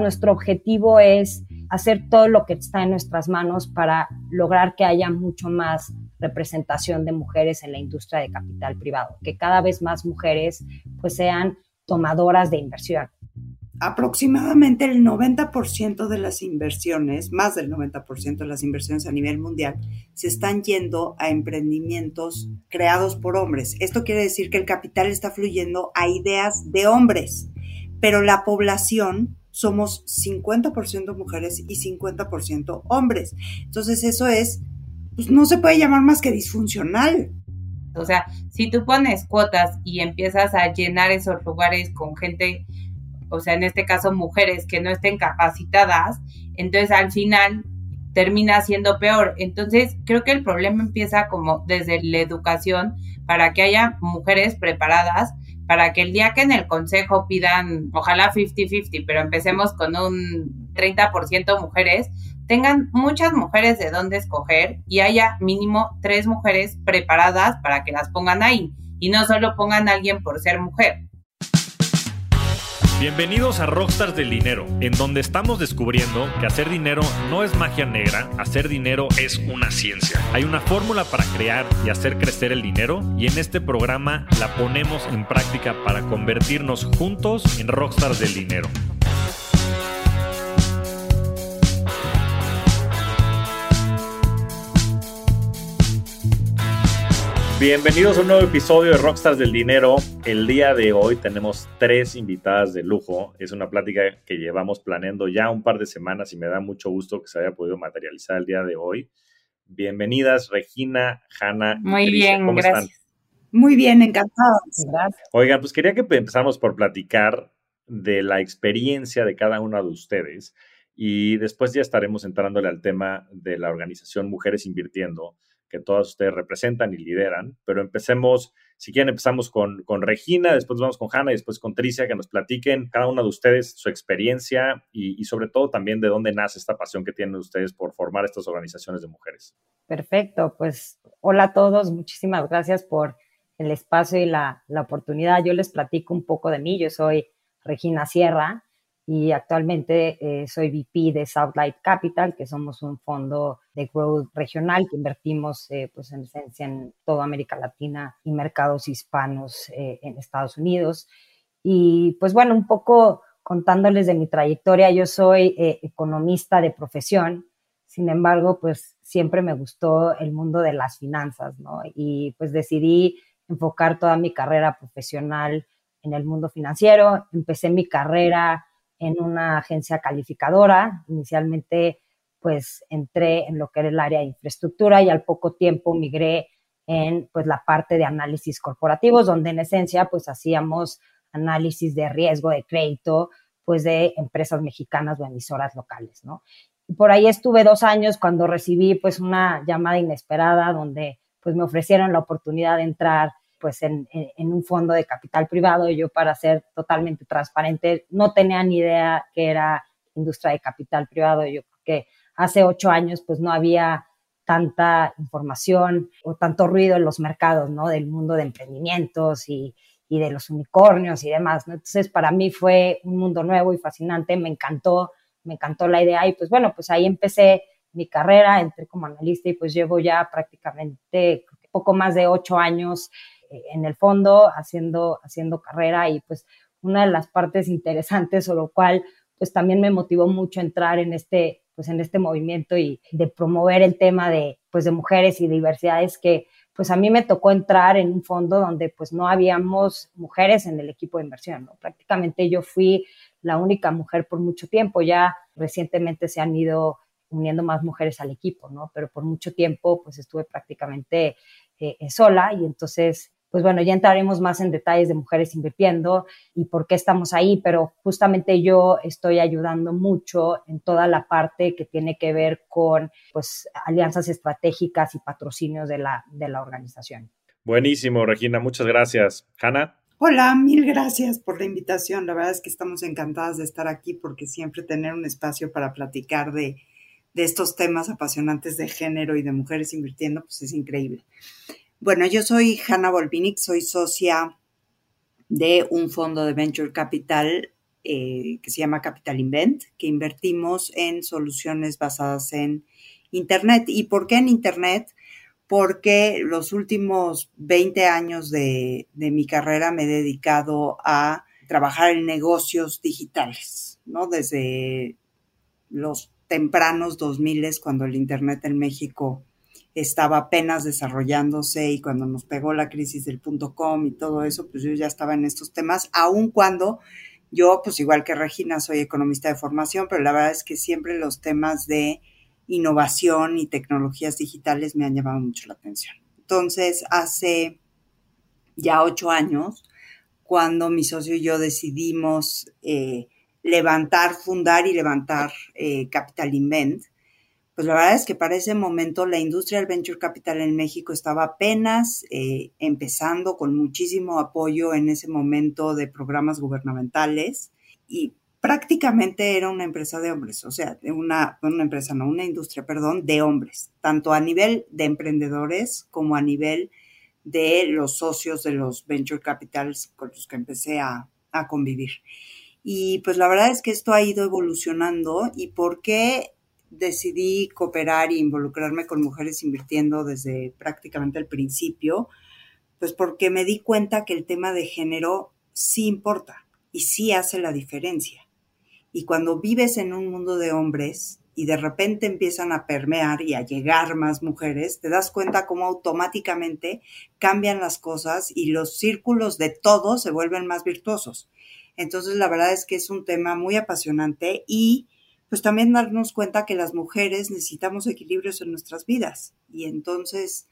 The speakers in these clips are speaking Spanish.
Nuestro objetivo es hacer todo lo que está en nuestras manos para lograr que haya mucho más representación de mujeres en la industria de capital privado, que cada vez más mujeres pues sean tomadoras de inversión. Aproximadamente el 90% de las inversiones, más del 90% de las inversiones a nivel mundial, se están yendo a emprendimientos creados por hombres. Esto quiere decir que el capital está fluyendo a ideas de hombres, pero la población somos 50% mujeres y 50% hombres. Entonces eso es, pues no se puede llamar más que disfuncional. O sea, si tú pones cuotas y empiezas a llenar esos lugares con gente, o sea, en este caso mujeres que no estén capacitadas, entonces al final termina siendo peor. Entonces creo que el problema empieza como desde la educación para que haya mujeres preparadas, para que el día que en el consejo pidan, ojalá 50-50, pero empecemos con un 30% mujeres, tengan muchas mujeres de dónde escoger y haya mínimo 3 mujeres preparadas para que las pongan ahí y no solo pongan a alguien por ser mujer. Bienvenidos a Rockstars del Dinero, en donde estamos descubriendo que hacer dinero no es magia negra, hacer dinero es una ciencia. Hay una fórmula para crear y hacer crecer el dinero y en este programa la ponemos en práctica para convertirnos juntos en Rockstars del Dinero. Bienvenidos a un nuevo episodio de Rockstars del Dinero. El día de hoy tenemos 3 invitadas de lujo. Es una plática que llevamos planeando ya un par de semanas y me da mucho gusto que se haya podido materializar el día de hoy. Bienvenidas, Regina, Hanna y Muy Tricia. bien, ¿Cómo gracias. están? Muy bien, encantados. Gracias. Oigan, pues quería que empezáramos por platicar de la experiencia de cada una de ustedes y después ya estaremos entrándole al tema de la organización Mujeres Invirtiendo, que todas ustedes representan y lideran, pero empecemos, si quieren empezamos con Regina, después vamos con Hanna y después con Tricia, que nos platiquen cada una de ustedes su experiencia y sobre todo también de dónde nace esta pasión que tienen ustedes por formar estas organizaciones de mujeres. Perfecto, pues hola a todos, muchísimas gracias por el espacio y la oportunidad. Yo les platico un poco de mí. Yo soy Regina Sierra y actualmente soy VP de Southlight Capital, que somos un fondo de growth regional que invertimos pues en esencia en toda América Latina y mercados hispanos en Estados Unidos. Y pues bueno, un poco contándoles de mi trayectoria, yo soy economista de profesión. Sin embargo, pues siempre me gustó el mundo de las finanzas, ¿no? Y pues decidí enfocar toda mi carrera profesional en el mundo financiero. Empecé mi carrera en una agencia calificadora. Inicialmente, pues entré en lo que era el área de infraestructura y al poco tiempo migré en pues la parte de análisis corporativos, donde en esencia pues hacíamos análisis de riesgo de crédito pues de empresas mexicanas o emisoras locales, ¿no? Y por ahí estuve 2 años cuando recibí pues una llamada inesperada donde pues me ofrecieron la oportunidad de entrar pues en un fondo de capital privado. Y yo, para ser totalmente transparente, no tenía ni idea que era industria de capital privado. Yo creo que hace 8 años pues no había tanta información o tanto ruido en los mercados, ¿no? Del mundo de emprendimientos y de los unicornios y demás, ¿no? Entonces para mí fue un mundo nuevo y fascinante, me encantó la idea y pues bueno, pues ahí empecé mi carrera, entré como analista y pues llevo ya prácticamente poco más de 8 años en el fondo haciendo carrera. Y pues una de las partes interesantes, o lo cual pues también me motivó mucho entrar en este movimiento y de promover el tema de mujeres y diversidad, es que pues a mí me tocó entrar en un fondo donde pues no habíamos mujeres en el equipo de inversión, ¿no? Prácticamente yo fui la única mujer por mucho tiempo. Ya recientemente se han ido uniendo más mujeres al equipo, ¿no? Pero por mucho tiempo pues estuve prácticamente sola. Y entonces, pues bueno, ya entraremos más en detalles de Mujeres Invirtiendo y por qué estamos ahí, pero justamente yo estoy ayudando mucho en toda la parte que tiene que ver con pues alianzas estratégicas y patrocinios de la organización. Buenísimo, Regina, muchas gracias. Hanna. Hola, mil gracias por la invitación. La verdad es que estamos encantadas de estar aquí porque siempre tener un espacio para platicar de estos temas apasionantes de género y de mujeres invirtiendo, pues es increíble. Bueno, yo soy Hanna Volvinic, soy socia de un fondo de Venture Capital que se llama Capital Invent, que invertimos en soluciones basadas en Internet. ¿Y por qué en Internet? Porque los últimos 20 años de mi carrera me he dedicado a trabajar en negocios digitales, ¿no? Desde los tempranos 2000, cuando el Internet en México estaba apenas desarrollándose y cuando nos pegó la crisis del .com y todo eso, pues yo ya estaba en estos temas, aun cuando yo, pues igual que Regina, soy economista de formación, pero la verdad es que siempre los temas de innovación y tecnologías digitales me han llamado mucho la atención. Entonces, hace ya 8 años, cuando mi socio y yo decidimos fundar y levantar Capital Invent, pues la verdad es que para ese momento la industria del venture capital en México estaba apenas empezando, con muchísimo apoyo en ese momento de programas gubernamentales, y prácticamente era una empresa de hombres, o sea, una industria, de hombres, tanto a nivel de emprendedores como a nivel de los socios de los venture capitals con los que empecé a convivir. Y pues la verdad es que esto ha ido evolucionando. ¿Y por qué decidí cooperar e involucrarme con Mujeres Invirtiendo desde prácticamente el principio? Pues porque me di cuenta que el tema de género sí importa y sí hace la diferencia. Y cuando vives en un mundo de hombres y de repente empiezan a permear y a llegar más mujeres, te das cuenta cómo automáticamente cambian las cosas y los círculos de todos se vuelven más virtuosos. Entonces, la verdad es que es un tema muy apasionante y pues también darnos cuenta que las mujeres necesitamos equilibrios en nuestras vidas. Y entonces,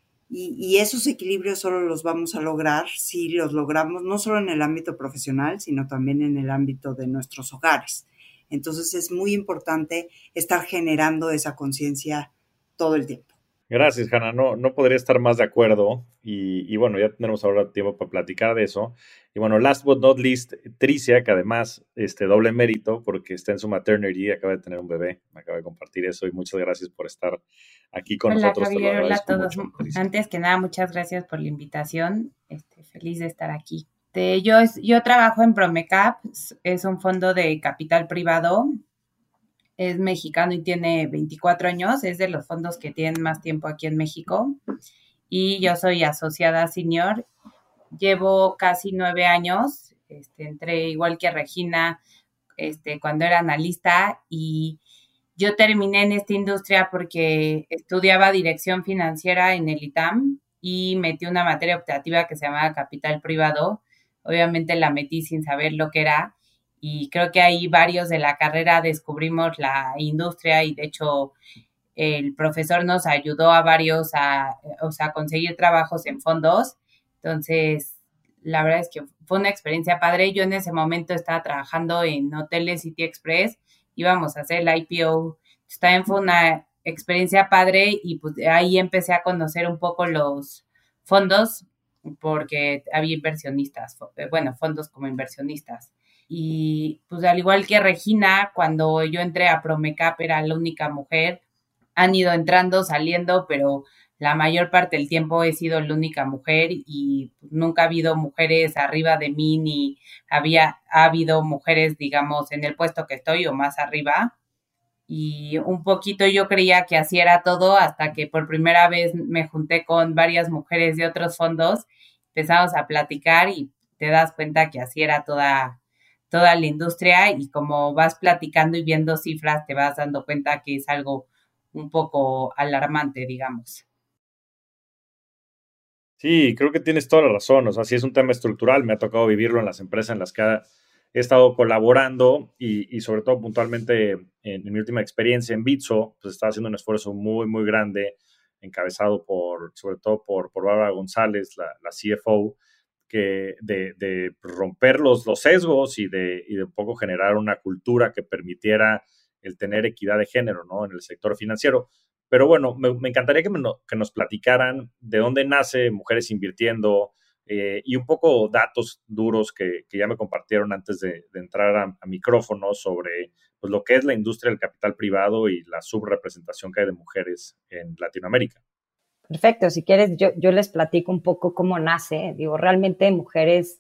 y esos equilibrios solo los vamos a lograr si los logramos no solo en el ámbito profesional, sino también en el ámbito de nuestros hogares. Entonces, es muy importante estar generando esa conciencia todo el tiempo. Gracias, Hanna. No podría estar más de acuerdo. Y bueno, ya tendremos ahora tiempo para platicar de eso. Y bueno, last but not least, Tricia, que además doble mérito porque está en su maternity, acaba de tener un bebé, me acaba de compartir eso y muchas gracias por estar aquí con nosotros. Javier, hola a todos. Mucho, antes que nada, muchas gracias por la invitación. Feliz de estar aquí. Yo trabajo en Promecap, es un fondo de capital privado. Es mexicano y tiene 24 años, es de los fondos que tienen más tiempo aquí en México. Y yo soy asociada senior. Llevo casi 9 años, entré igual que Regina cuando era analista, y yo terminé en esta industria porque estudiaba dirección financiera en el ITAM y metí una materia optativa que se llamaba capital privado. Obviamente la metí sin saber lo que era y creo que ahí varios de la carrera descubrimos la industria y de hecho el profesor nos ayudó a varios a conseguir trabajos en fondos. Entonces, la verdad es que fue una experiencia padre. Yo en ese momento estaba trabajando en hoteles City Express, íbamos a hacer el IPO. También fue una experiencia padre y pues ahí empecé a conocer un poco los fondos porque había inversionistas, fondos como inversionistas. Y pues al igual que Regina, cuando yo entré a Promecap era la única mujer. Han ido entrando, saliendo, pero la mayor parte del tiempo he sido la única mujer y nunca ha habido mujeres arriba de mí, ni ha habido mujeres, digamos, en el puesto que estoy o más arriba. Y un poquito yo creía que así era todo hasta que por primera vez me junté con varias mujeres de otros fondos, empezamos a platicar y te das cuenta que así era toda la industria y como vas platicando y viendo cifras te vas dando cuenta que es algo un poco alarmante, digamos. Sí, creo que tienes toda la razón. O sea, sí es un tema estructural. Me ha tocado vivirlo en las empresas en las que he estado colaborando y sobre todo puntualmente en mi última experiencia en Bitso, pues estaba haciendo un esfuerzo muy, muy grande, encabezado sobre todo por Bárbara González, la CFO, que de romper los sesgos y de un poco generar una cultura que permitiera el tener equidad de género, ¿no?, en el sector financiero. Pero bueno, me encantaría que nos platicaran de dónde nace Mujeres Invirtiendo y un poco datos duros que ya me compartieron antes de entrar a micrófono sobre pues, lo que es la industria del capital privado y la subrepresentación que hay de mujeres en Latinoamérica. Perfecto, si quieres yo les platico un poco cómo nace. Digo, realmente Mujeres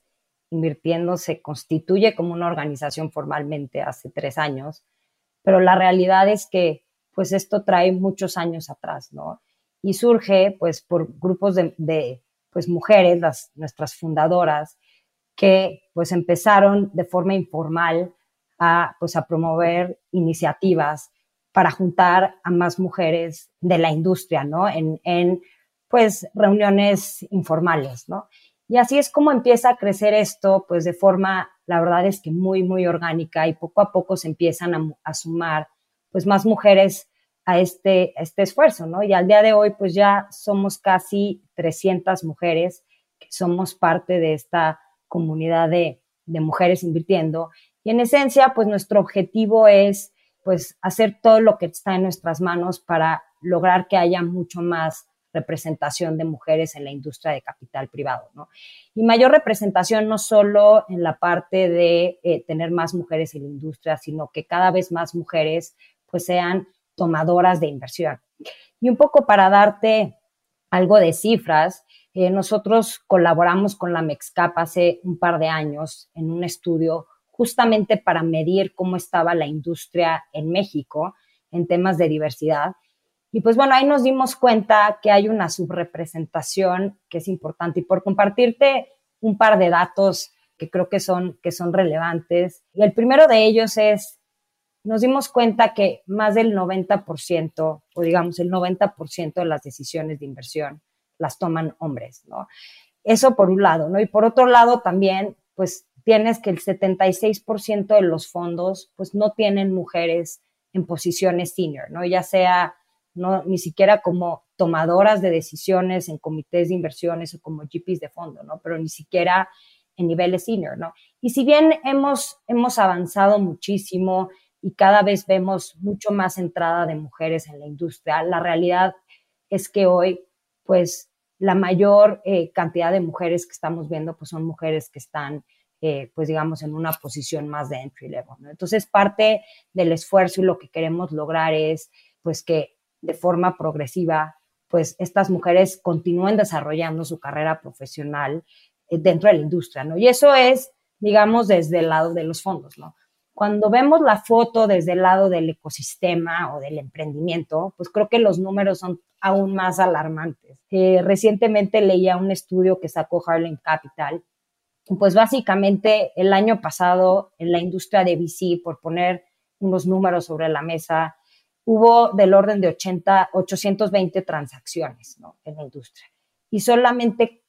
Invirtiendo se constituye como una organización formalmente hace 3 años, pero la realidad es que pues esto trae muchos años atrás, ¿no? Y surge pues por grupos de pues mujeres, nuestras fundadoras, que pues empezaron de forma informal pues a promover iniciativas para juntar a más mujeres de la industria, ¿no? En pues reuniones informales, ¿no? Y así es como empieza a crecer esto, pues de forma, la verdad es que muy, muy orgánica, y poco a poco se empiezan a sumar pues más mujeres a este esfuerzo, ¿no? Y al día de hoy pues ya somos casi 300 mujeres que somos parte de esta comunidad de mujeres invirtiendo. Y en esencia, pues nuestro objetivo es pues hacer todo lo que está en nuestras manos para lograr que haya mucho más representación de mujeres en la industria de capital privado, ¿no? Y mayor representación no solo en la parte de tener más mujeres en la industria, sino que cada vez más mujeres pues sean tomadoras de inversión. Y un poco para darte algo de cifras, nosotros colaboramos con la Mexcap hace un par de años en un estudio justamente para medir cómo estaba la industria en México en temas de diversidad. Y pues bueno, ahí nos dimos cuenta que hay una subrepresentación que es importante. Y por compartirte un par de datos que creo que son relevantes. Y el primero de ellos es, nos dimos cuenta que más del 90%, o digamos el 90% de las decisiones de inversión las toman hombres, ¿no? Eso por un lado, ¿no? Y por otro lado también, pues tienes que el 76% de los fondos, pues no tienen mujeres en posiciones senior, ¿no? Ya sea no, ni siquiera como tomadoras de decisiones en comités de inversiones o como GPs de fondo, ¿no? Pero ni siquiera en niveles senior, ¿no? Y si bien hemos avanzado muchísimo y cada vez vemos mucho más entrada de mujeres en la industria, la realidad es que hoy, pues, la mayor cantidad de mujeres que estamos viendo, pues, son mujeres que están, pues, digamos, en una posición más de entry level, ¿no? Entonces, parte del esfuerzo y lo que queremos lograr es, pues, que de forma progresiva, pues estas mujeres continúen desarrollando su carrera profesional dentro de la industria, ¿no? Y eso es, digamos, desde el lado de los fondos, ¿no? Cuando vemos la foto desde el lado del ecosistema o del emprendimiento, pues creo que los números son aún más alarmantes. Recientemente leía un estudio que sacó Harlem Capital. Pues básicamente el año pasado en la industria de VC, por poner unos números sobre la mesa, hubo del orden de 820 transacciones, ¿no? En la industria. Y solamente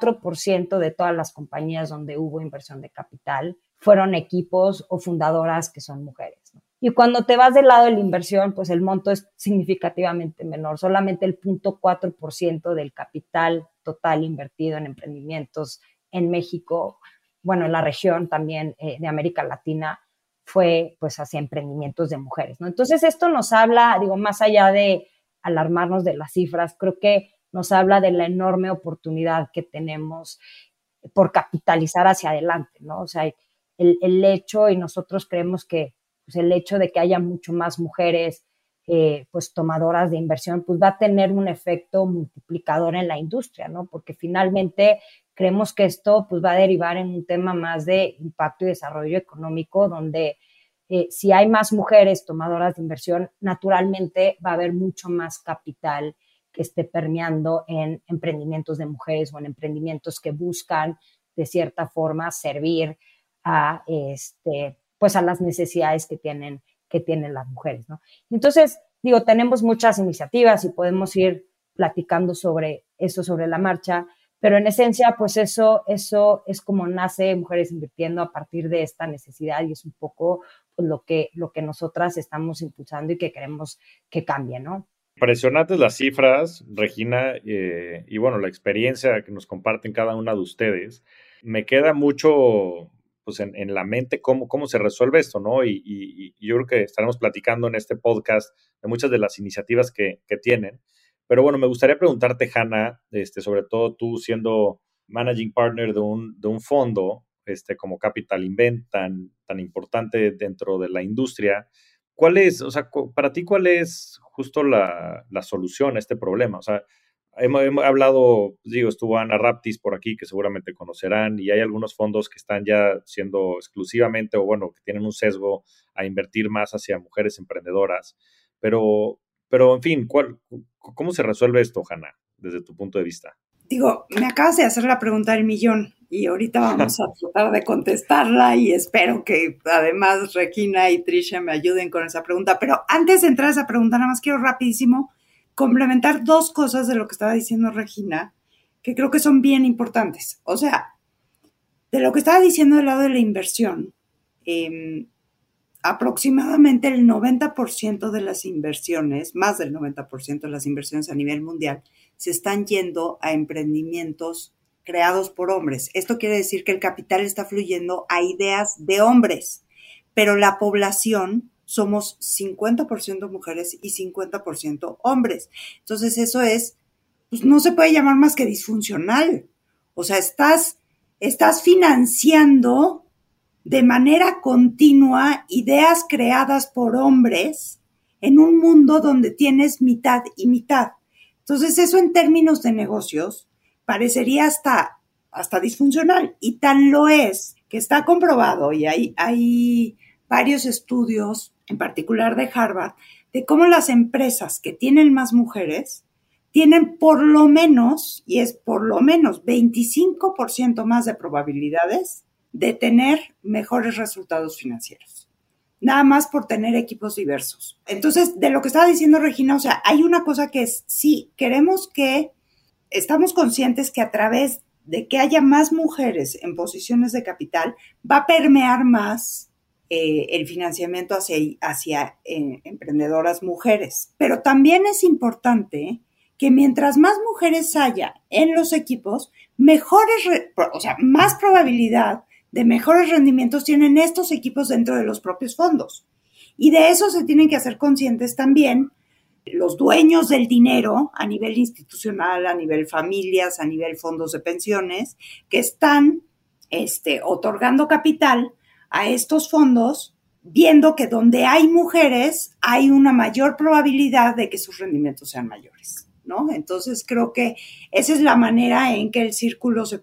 4% de todas las compañías donde hubo inversión de capital fueron equipos o fundadoras que son mujeres, ¿no? Y cuando te vas del lado de la inversión, pues el monto es significativamente menor. Solamente el 0.4% del capital total invertido en emprendimientos en México, bueno, en la región también de América Latina, fue pues hacia emprendimientos de mujeres, ¿no? Entonces esto nos habla, digo, más allá de alarmarnos de las cifras, creo que nos habla de la enorme oportunidad que tenemos por capitalizar hacia adelante, ¿no? O sea, el hecho, y nosotros creemos que pues, el hecho de que haya mucho más mujeres pues tomadoras de inversión, pues va a tener un efecto multiplicador en la industria, ¿no? Porque finalmente creemos que esto pues va a derivar en un tema más de impacto y desarrollo económico, donde si hay más mujeres tomadoras de inversión, naturalmente va a haber mucho más capital que esté permeando en emprendimientos de mujeres o en emprendimientos que buscan de cierta forma servir a pues a las necesidades que tienen las mujeres, ¿no? Entonces, digo, tenemos muchas iniciativas y podemos ir platicando sobre eso sobre la marcha, pero en esencia, pues eso es como nace Mujeres Invirtiendo a partir de esta necesidad y es un poco pues, lo que nosotras estamos impulsando y que queremos que cambie, ¿no? Impresionantes las cifras, Regina, y bueno, la experiencia que nos comparten cada una de ustedes. Me queda mucho pues, en la mente cómo se resuelve esto, ¿no? Y yo creo que estaremos platicando en este podcast de muchas de las iniciativas que tienen. Pero bueno, me gustaría preguntarte, Hanna, sobre todo tú siendo managing partner de un fondo como Capital Invent, tan importante dentro de la industria. ¿Cuál es, o sea, para ti, cuál es justo la solución a este problema? O sea, hemos hablado, digo, estuvo Ana Raptis por aquí, que seguramente conocerán, y hay algunos fondos que están ya siendo exclusivamente, o bueno, que tienen un sesgo a invertir más hacia mujeres emprendedoras. Pero en fin, ¿cómo se resuelve esto, Hanna, desde tu punto de vista? Digo, me acabas de hacer la pregunta del millón y ahorita vamos a tratar de contestarla y espero que además Regina y Trisha me ayuden con esa pregunta. Pero antes de entrar a esa pregunta, nada más quiero rapidísimo complementar dos cosas de lo que estaba diciendo Regina, que creo que son bien importantes. O sea, de lo que estaba diciendo del lado de la inversión, aproximadamente el 90% de las inversiones, más del 90% de las inversiones a nivel mundial, se están yendo a emprendimientos creados por hombres. Esto quiere decir que el capital está fluyendo a ideas de hombres, pero la población somos 50% mujeres y 50% hombres. Entonces eso es, pues no se puede llamar más que disfuncional. O sea, estás financiando de manera continua ideas creadas por hombres en un mundo donde tienes mitad y mitad. Entonces eso en términos de negocios parecería hasta disfuncional, y tan lo es que está comprobado, y hay varios estudios, en particular de Harvard, de cómo las empresas que tienen más mujeres tienen por lo menos, y es por lo menos 25% más de probabilidades de tener mejores resultados financieros. Nada más por tener equipos diversos. Entonces, de lo que estaba diciendo Regina, o sea, hay una cosa que es, sí, estamos conscientes que a través de que haya más mujeres en posiciones de capital, va a permear más el financiamiento hacia emprendedoras mujeres. Pero también es importante que mientras más mujeres haya en los equipos, más probabilidad de mejores rendimientos tienen estos equipos dentro de los propios fondos. Y de eso se tienen que hacer conscientes también los dueños del dinero a nivel institucional, a nivel familias, a nivel fondos de pensiones, que están otorgando capital a estos fondos, viendo que donde hay mujeres hay una mayor probabilidad de que sus rendimientos sean mayores, ¿no? Entonces creo que esa es la manera en que el círculo se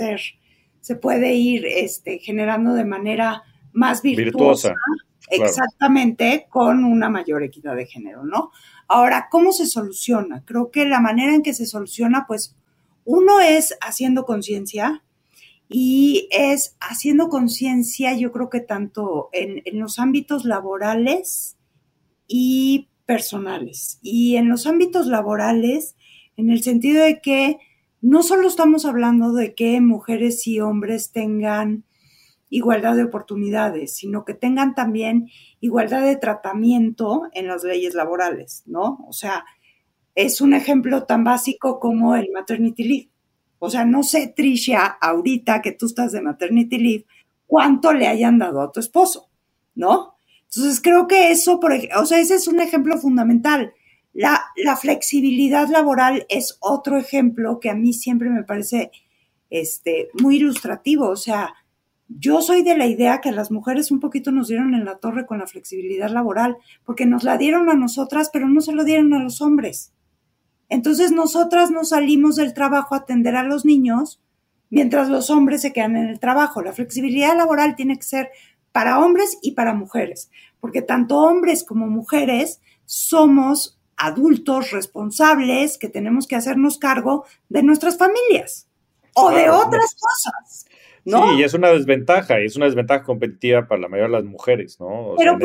puede ir generando de manera más virtuosa. Exactamente, claro, con una mayor equidad de género, ¿no? Ahora, ¿cómo se soluciona? Creo que la manera en que se soluciona, pues, uno es haciendo conciencia, y es haciendo conciencia, yo creo que tanto en los ámbitos laborales y personales. Y en los ámbitos laborales, en el sentido de que no solo estamos hablando de que mujeres y hombres tengan igualdad de oportunidades, sino que tengan también igualdad de tratamiento en las leyes laborales, ¿no? O sea, es un ejemplo tan básico como el maternity leave. O sea, no sé, Trisha, ahorita que tú estás de maternity leave, cuánto le hayan dado a tu esposo, ¿no? Entonces creo que eso, ese es un ejemplo fundamental. La flexibilidad laboral es otro ejemplo que a mí siempre me parece muy ilustrativo. O sea, yo soy de la idea que las mujeres un poquito nos dieron en la torre con la flexibilidad laboral, porque nos la dieron a nosotras, pero no se lo dieron a los hombres. Entonces nosotras nos salimos del trabajo a atender a los niños, mientras los hombres se quedan en el trabajo. La flexibilidad laboral tiene que ser para hombres y para mujeres, porque tanto hombres como mujeres somos adultos responsables que tenemos que hacernos cargo de nuestras familias o de otras cosas, ¿no? Sí, y es una desventaja competitiva para la mayoría de las mujeres, ¿no? Pero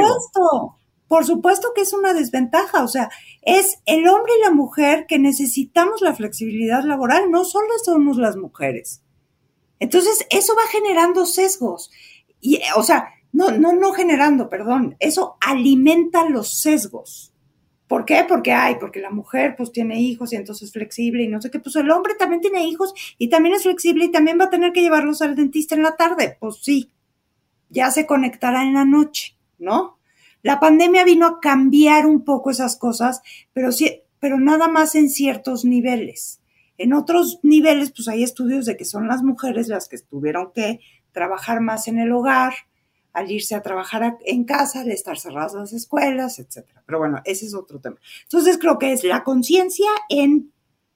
por supuesto que es una desventaja. O sea, es el hombre y la mujer que necesitamos la flexibilidad laboral, no solo somos las mujeres. Entonces, eso va generando sesgos. Y, o sea, no generando, perdón, eso alimenta los sesgos. ¿Por qué? Porque la mujer pues tiene hijos y entonces es flexible y no sé qué. Pues el hombre también tiene hijos y también es flexible y también va a tener que llevarlos al dentista en la tarde. Pues sí, ya se conectará en la noche, ¿no? La pandemia vino a cambiar un poco esas cosas, pero nada más en ciertos niveles. En otros niveles, pues hay estudios de que son las mujeres las que tuvieron que trabajar más en el hogar, al irse a trabajar en casa, al estar cerradas las escuelas, etcétera. Pero bueno, ese es otro tema. Entonces creo que es la conciencia en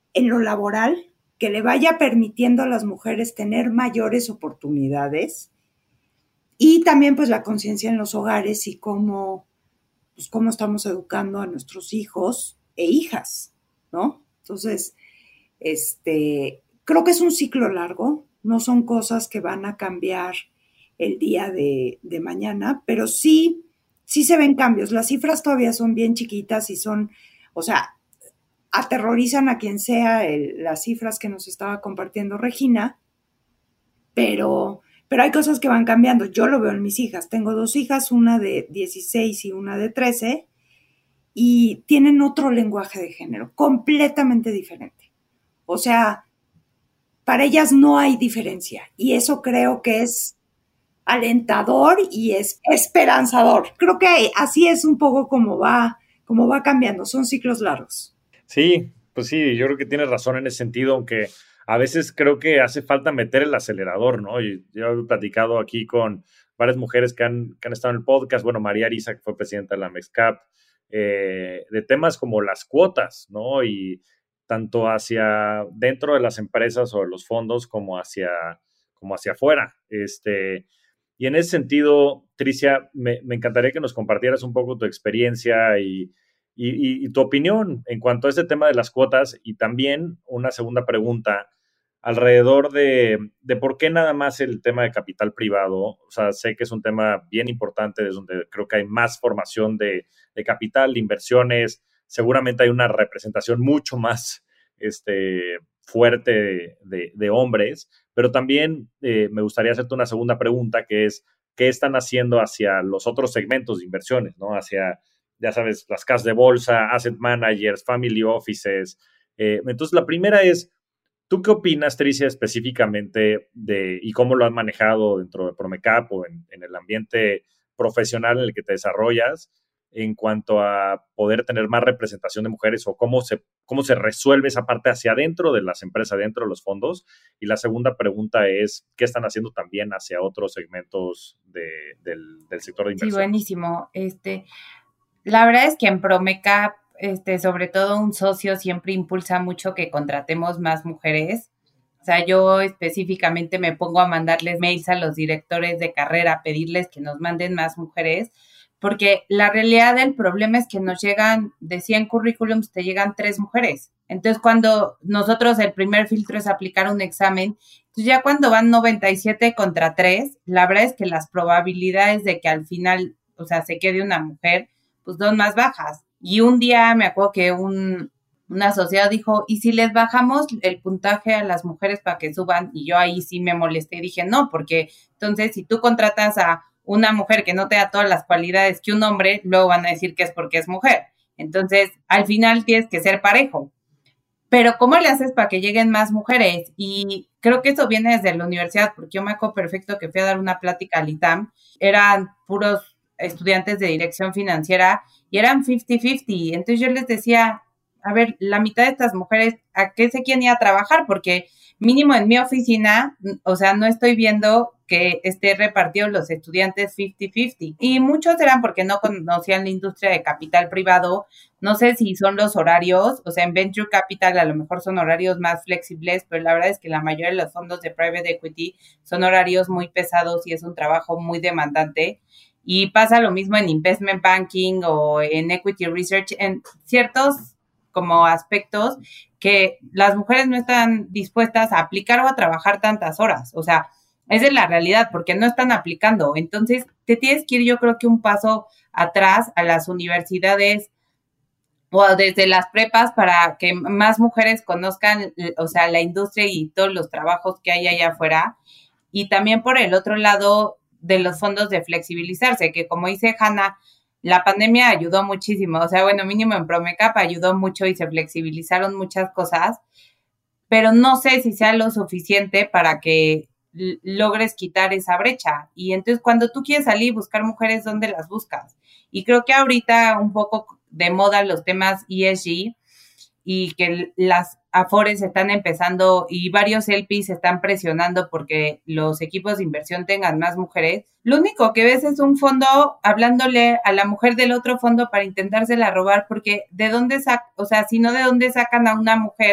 en lo laboral que le vaya permitiendo a las mujeres tener mayores oportunidades y también pues la conciencia en los hogares y cómo estamos educando a nuestros hijos e hijas, ¿no? Entonces, creo que es un ciclo largo, no son cosas que van a cambiar el día de mañana, pero sí se ven cambios. Las cifras todavía son bien chiquitas y son, o sea, aterrorizan a quien sea las cifras que nos estaba compartiendo Regina, pero hay cosas que van cambiando. Yo lo veo en mis hijas. Tengo 2 hijas, una de 16 y una de 13, y tienen otro lenguaje de género, completamente diferente. O sea, para ellas no hay diferencia, y eso creo que es alentador y es esperanzador. Creo que así es un poco como va cambiando, son ciclos largos. Sí, pues sí, yo creo que tienes razón en ese sentido, aunque a veces creo que hace falta meter el acelerador, ¿no? Y yo he platicado aquí con varias mujeres que han estado en el podcast, bueno, María Arisa, que fue presidenta de la Mexcap, de temas como las cuotas, ¿no? Y tanto hacia dentro de las empresas o de los fondos como hacia afuera. Y en ese sentido, Tricia, me encantaría que nos compartieras un poco tu experiencia y tu opinión en cuanto a este tema de las cuotas, y también una segunda pregunta alrededor de por qué nada más el tema de capital privado. O sea, sé que es un tema bien importante, es donde creo que hay más formación de capital, de inversiones. Seguramente hay una representación mucho más fuerte de hombres, pero también me gustaría hacerte una segunda pregunta, que es, ¿qué están haciendo hacia los otros segmentos de inversiones, ¿no? Hacia, ya sabes, las casas de bolsa, asset managers, family offices. Entonces, la primera es, ¿tú qué opinas, Tricia, específicamente y cómo lo has manejado dentro de Promecap o en el ambiente profesional en el que te desarrollas en cuanto a poder tener más representación de mujeres, o cómo se resuelve esa parte hacia adentro de las empresas, dentro de los fondos? Y la segunda pregunta es, ¿qué están haciendo también hacia otros segmentos del sector de inversión? Sí, buenísimo. La verdad es que en Promecap, sobre todo un socio siempre impulsa mucho que contratemos más mujeres. O sea, yo específicamente me pongo a mandarles mails a los directores de carrera, a pedirles que nos manden más mujeres, porque la realidad del problema es que nos llegan, de 100 currículums, te llegan 3 mujeres. Entonces, cuando nosotros el primer filtro es aplicar un examen, entonces ya cuando van 97 contra 3, la verdad es que las probabilidades de que al final, o sea, se quede una mujer, pues son más bajas. Y un día me acuerdo que un asociado dijo, ¿y si les bajamos el puntaje a las mujeres para que suban? Y yo ahí sí me molesté y dije, no, porque entonces si tú contratas a una mujer que no te da todas las cualidades que un hombre, luego van a decir que es porque es mujer. Entonces, al final tienes que ser parejo. Pero ¿cómo le haces para que lleguen más mujeres? Y creo que eso viene desde la universidad, porque yo me acuerdo perfecto que fui a dar una plática al ITAM, eran puros estudiantes de dirección financiera y eran 50-50. Entonces yo les decía, a ver, la mitad de estas mujeres, ¿a qué se quieren ir a trabajar? Porque mínimo en mi oficina, o sea, no estoy viendo que esté repartido los estudiantes 50-50. Y muchos eran porque no conocían la industria de capital privado. No sé si son los horarios, o sea, en Venture Capital a lo mejor son horarios más flexibles, pero la verdad es que la mayoría de los fondos de Private Equity son horarios muy pesados y es un trabajo muy demandante. Y pasa lo mismo en Investment Banking o en Equity Research, en ciertos como aspectos que las mujeres no están dispuestas a aplicar o a trabajar tantas horas. O sea, esa es la realidad, porque no están aplicando. Entonces, te tienes que ir, yo creo que un paso atrás a las universidades o desde las prepas para que más mujeres conozcan, o sea, la industria y todos los trabajos que hay allá afuera. Y también por el otro lado de los fondos de flexibilizarse, que como dice Hanna, la pandemia ayudó muchísimo. O sea, bueno, mínimo en Promecap ayudó mucho y se flexibilizaron muchas cosas, pero no sé si sea lo suficiente para que logres quitar esa brecha. Y entonces cuando tú quieres salir y buscar mujeres, ¿dónde las buscas? Y creo que ahorita un poco de moda los temas ESG y que las Afores están empezando y varios LPs están presionando porque los equipos de inversión tengan más mujeres. Lo único que ves es un fondo hablándole a la mujer del otro fondo para intentársela robar, porque ¿de dónde o sea, si no, ¿de dónde sacan a una mujer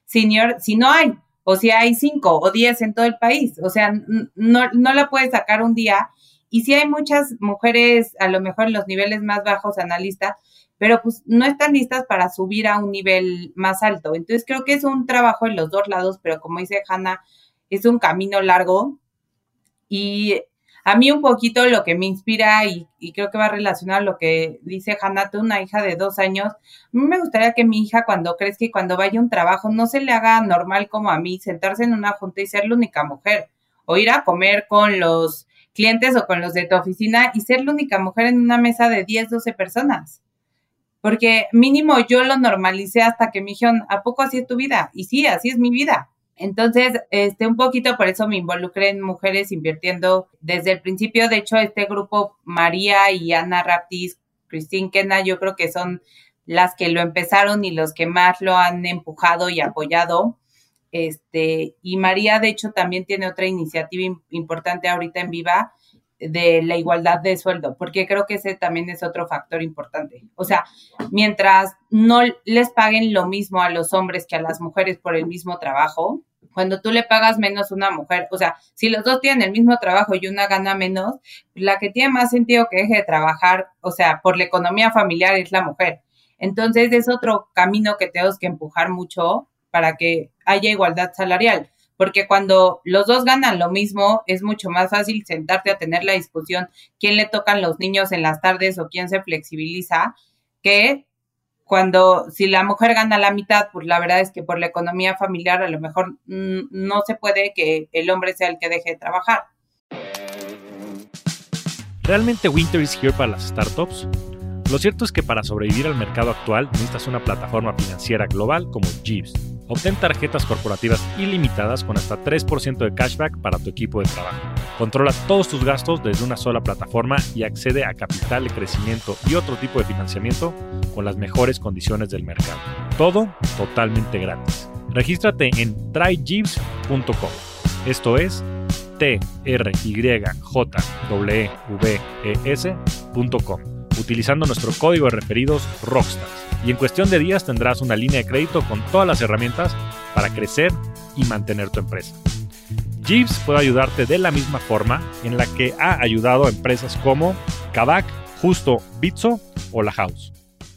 senior si no hay, o si hay 5 o 10 en todo el país. O sea, no la puedes sacar un día. Y sí hay muchas mujeres, a lo mejor en los niveles más bajos, analistas, pero pues no están listas para subir a un nivel más alto. Entonces creo que es un trabajo en los dos lados, pero como dice Hannah, es un camino largo. Y a mí un poquito lo que me inspira y creo que va relacionado a lo que dice Hannah, tú, una hija de 2 años, a mí me gustaría que mi hija cuando crezca y cuando vaya a un trabajo no se le haga normal como a mí, sentarse en una junta y ser la única mujer, o ir a comer con los clientes o con los de tu oficina y ser la única mujer en una mesa de 10, 12 personas. Porque mínimo yo lo normalicé hasta que me dijeron, ¿a poco así es tu vida? Y sí, así es mi vida. Entonces, un poquito por eso me involucré en Mujeres Invirtiendo desde el principio. De hecho, este grupo, María y Ana Raptis, Christine Kenna, yo creo que son las que lo empezaron y los que más lo han empujado y apoyado. Y María, de hecho, también tiene otra iniciativa importante ahorita en Viva de la igualdad de sueldo, porque creo que ese también es otro factor importante. O sea, mientras no les paguen lo mismo a los hombres que a las mujeres por el mismo trabajo, cuando tú le pagas menos a una mujer, o sea, si los dos tienen el mismo trabajo y una gana menos, la que tiene más sentido que deje de trabajar, o sea, por la economía familiar es la mujer. Entonces es otro camino que tenemos que empujar mucho para que haya igualdad salarial. Porque cuando los dos ganan lo mismo, es mucho más fácil sentarte a tener la discusión quién le tocan los niños en las tardes o quién se flexibiliza, que cuando si la mujer gana la mitad, pues la verdad es que por la economía familiar a lo mejor no se puede que el hombre sea el que deje de trabajar. ¿Realmente Winter is here para las startups? Lo cierto es que para sobrevivir al mercado actual necesitas una plataforma financiera global como Jeeves. Obtén tarjetas corporativas ilimitadas con hasta 3% de cashback para tu equipo de trabajo. Controla todos tus gastos desde una sola plataforma y accede a capital de crecimiento y otro tipo de financiamiento con las mejores condiciones del mercado. Todo totalmente gratis. Regístrate en tryjeeves.com. Esto es tryjwes.com, utilizando nuestro código de referidos Rockstars. Y en cuestión de días tendrás una línea de crédito con todas las herramientas para crecer y mantener tu empresa. Jeeves puede ayudarte de la misma forma en la que ha ayudado a empresas como Kavak, Justo, Bitso o La House.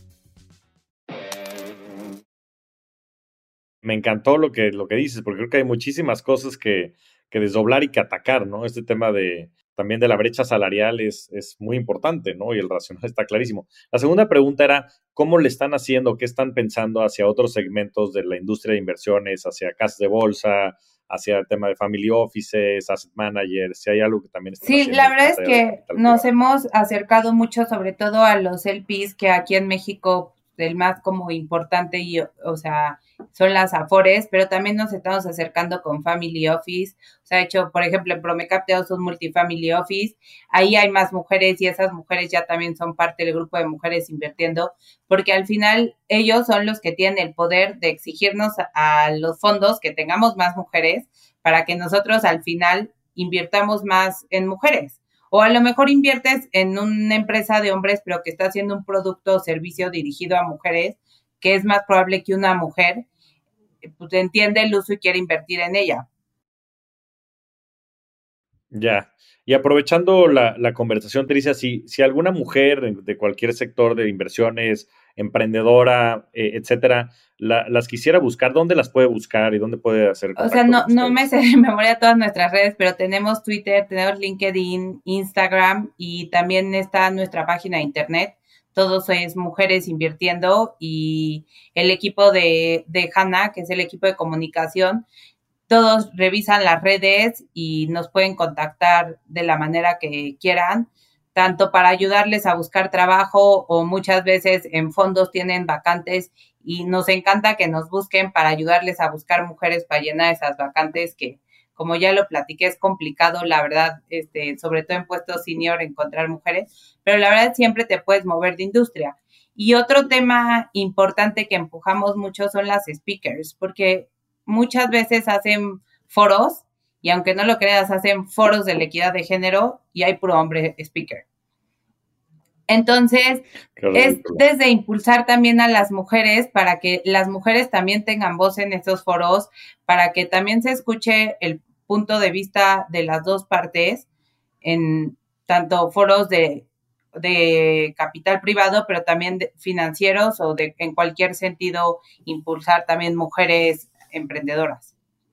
Me encantó lo que dices, porque creo que hay muchísimas cosas que desdoblar y que atacar, ¿no? Este tema también de la brecha salarial es muy importante, ¿no? Y el racional está clarísimo. La segunda pregunta era, ¿cómo le están haciendo? ¿Qué están pensando hacia otros segmentos de la industria de inversiones, hacia casas de bolsa, hacia el tema de family offices, asset managers? Si hay algo que también están haciendo. Sí, la verdad es que nos hemos acercado mucho, sobre todo a los LPs, que aquí en México el más como importante, y, o sea, son las Afores, pero también nos estamos acercando con Family Office. O sea, de hecho, por ejemplo, en Promecap tenemos un Multifamily Office, ahí hay más mujeres y esas mujeres ya también son parte del grupo de Mujeres Invirtiendo, porque al final ellos son los que tienen el poder de exigirnos a los fondos que tengamos más mujeres para que nosotros al final invirtamos más en mujeres. O a lo mejor inviertes en una empresa de hombres, pero que está haciendo un producto o servicio dirigido a mujeres, que es más probable que una mujer pues entiende el uso y quiere invertir en ella. Ya. Y aprovechando la conversación, Tricia, si alguna mujer de cualquier sector de inversiones, emprendedora, etcétera, las quisiera buscar, ¿dónde las puede buscar y dónde puede hacer contacto? O sea, no me sé de memoria todas nuestras redes, pero tenemos Twitter, tenemos LinkedIn, Instagram y también está nuestra página de internet. Todo es Mujeres Invirtiendo y el equipo de Hannah, que es el equipo de comunicación, todos revisan las redes y nos pueden contactar de la manera que quieran, tanto para ayudarles a buscar trabajo o muchas veces en fondos tienen vacantes y nos encanta que nos busquen para ayudarles a buscar mujeres para llenar esas vacantes que, como ya lo platiqué, es complicado, la verdad, sobre todo en puestos senior encontrar mujeres, pero la verdad siempre te puedes mover de industria. Y otro tema importante que empujamos mucho son las speakers, porque muchas veces hacen foros y aunque no lo creas, hacen foros de la equidad de género y hay puro hombre speaker. Entonces, es desde impulsar también a las mujeres para que las mujeres también tengan voz en esos foros, para que también se escuche el punto de vista de las dos partes, en tanto foros de capital privado, pero también de financieros o en cualquier sentido impulsar también mujeres emprendedoras.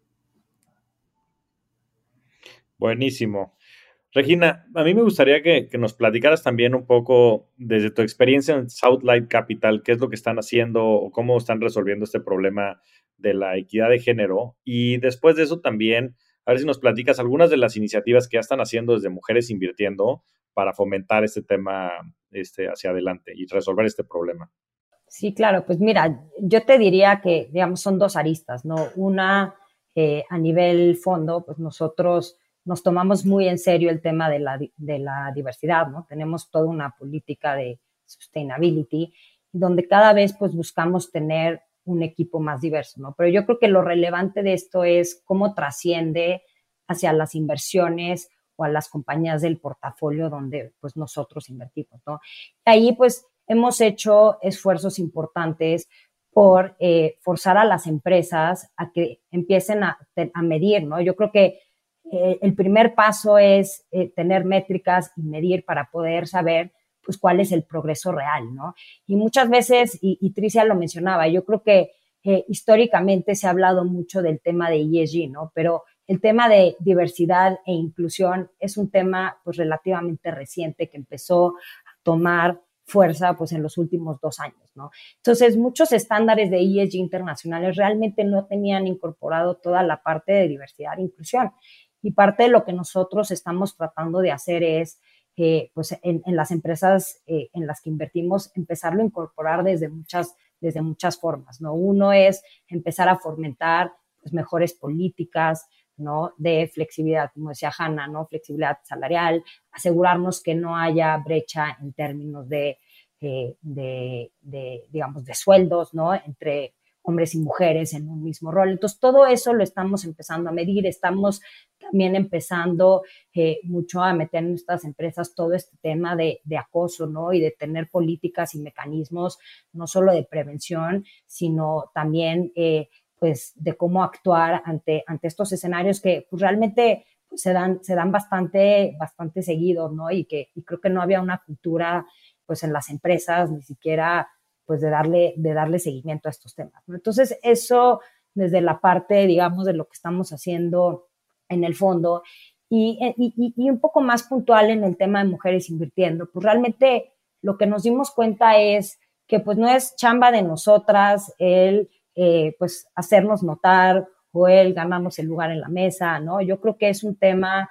Buenísimo. Regina, a mí me gustaría que nos platicaras también un poco desde tu experiencia en Southlight Capital, qué es lo que están haciendo o cómo están resolviendo este problema de la equidad de género. Y después de eso también, a ver si nos platicas algunas de las iniciativas que ya están haciendo desde Mujeres Invirtiendo para fomentar este tema hacia adelante y resolver este problema. Sí, claro, pues mira, yo te diría que, digamos, son dos aristas, ¿no? Una, a nivel fondo, pues nosotros nos tomamos muy en serio el tema de la diversidad, ¿no? Tenemos toda una política de sustainability, donde cada vez pues buscamos tener un equipo más diverso, ¿no? Pero yo creo que lo relevante de esto es cómo trasciende hacia las inversiones o a las compañías del portafolio donde pues nosotros invertimos, ¿no? Ahí pues hemos hecho esfuerzos importantes por forzar a las empresas a que empiecen a medir, ¿no? Yo creo que el primer paso es tener métricas y medir para poder saber pues cuál es el progreso real, ¿no? Y muchas veces, y Tricia lo mencionaba, yo creo que históricamente se ha hablado mucho del tema de ESG, ¿no? Pero el tema de diversidad e inclusión es un tema pues relativamente reciente que empezó a tomar fuerza pues en los últimos 2 años, ¿no? Entonces, muchos estándares de ESG internacionales realmente no tenían incorporado toda la parte de diversidad e inclusión. Y parte de lo que nosotros estamos tratando de hacer es, pues en las empresas en las que invertimos, empezarlo a incorporar desde muchas formas, ¿no? Uno es empezar a fomentar pues, mejores políticas, ¿no? De flexibilidad, como decía Hanna, ¿no? Flexibilidad salarial, asegurarnos que no haya brecha en términos digamos, de sueldos, ¿no? Entre hombres y mujeres en un mismo rol. Entonces, todo eso lo estamos empezando a medir, estamos también empezando mucho a meter en nuestras empresas todo este tema de acoso, ¿no? Y de tener políticas y mecanismos, no solo de prevención, sino también pues de cómo actuar ante estos escenarios que pues, realmente pues, se dan bastante seguidos, ¿no? Y creo que no había una cultura pues en las empresas ni siquiera pues de darle seguimiento a estos temas, ¿no? Entonces eso desde la parte, digamos, de lo que estamos haciendo en el fondo y un poco más puntual en el tema de Mujeres Invirtiendo, pues realmente lo que nos dimos cuenta es que pues no es chamba de nosotras el pues hacernos notar o el ganarnos el lugar en la mesa, ¿no? Yo creo que es un tema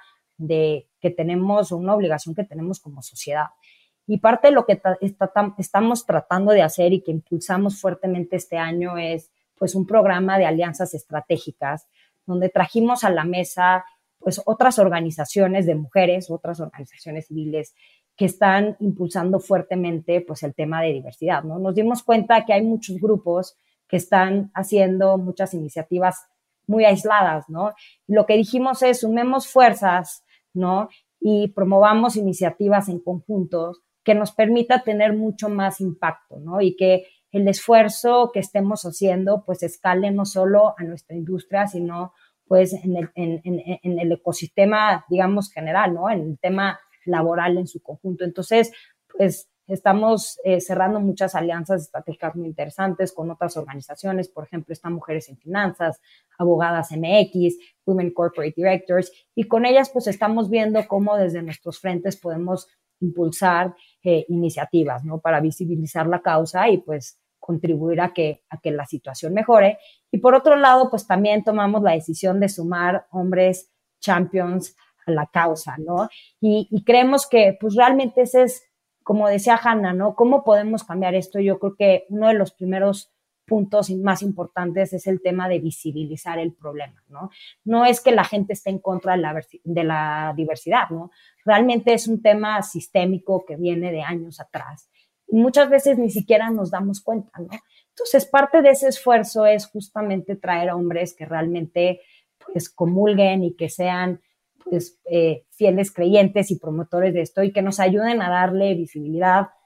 que tenemos, una obligación que tenemos como sociedad. Y parte de lo que estamos tratando de hacer y que impulsamos fuertemente este año es pues un programa de alianzas estratégicas donde trajimos a la mesa pues otras organizaciones de mujeres, otras organizaciones civiles que están impulsando fuertemente pues el tema de diversidad, ¿no? Nos dimos cuenta que hay muchos grupos que están haciendo muchas iniciativas muy aisladas, ¿no? Y lo que dijimos es sumemos fuerzas, ¿no? Y promovamos iniciativas en conjuntos que nos permita tener mucho más impacto, ¿no? Y que el esfuerzo que estemos haciendo, pues, escale no solo a nuestra industria, sino, pues, en el ecosistema, digamos, general, ¿no? En el tema laboral en su conjunto. Entonces, pues, estamos cerrando muchas alianzas estratégicas muy interesantes con otras organizaciones, por ejemplo, están Mujeres en Finanzas, Abogadas MX, Women Corporate Directors, y con ellas, pues, estamos viendo cómo desde nuestros frentes podemos impulsar iniciativas, ¿no? Para visibilizar la causa y pues contribuir a que la situación mejore. Y por otro lado, pues también tomamos la decisión de sumar hombres champions a la causa, ¿no? Y creemos que pues realmente ese es, como decía Hanna, ¿no? ¿Cómo podemos cambiar esto? Yo creo que uno de los primeros puntos más importantes es el tema de visibilizar el problema, ¿no? No es que la gente esté en contra de la diversidad, ¿no? Realmente es un tema sistémico que viene de años atrás. Y muchas veces ni siquiera nos damos cuenta, ¿no? Entonces, parte de ese esfuerzo es justamente traer a hombres que realmente, pues, comulguen y que sean, pues, fieles creyentes y promotores de esto y que nos ayuden a darle visibilidad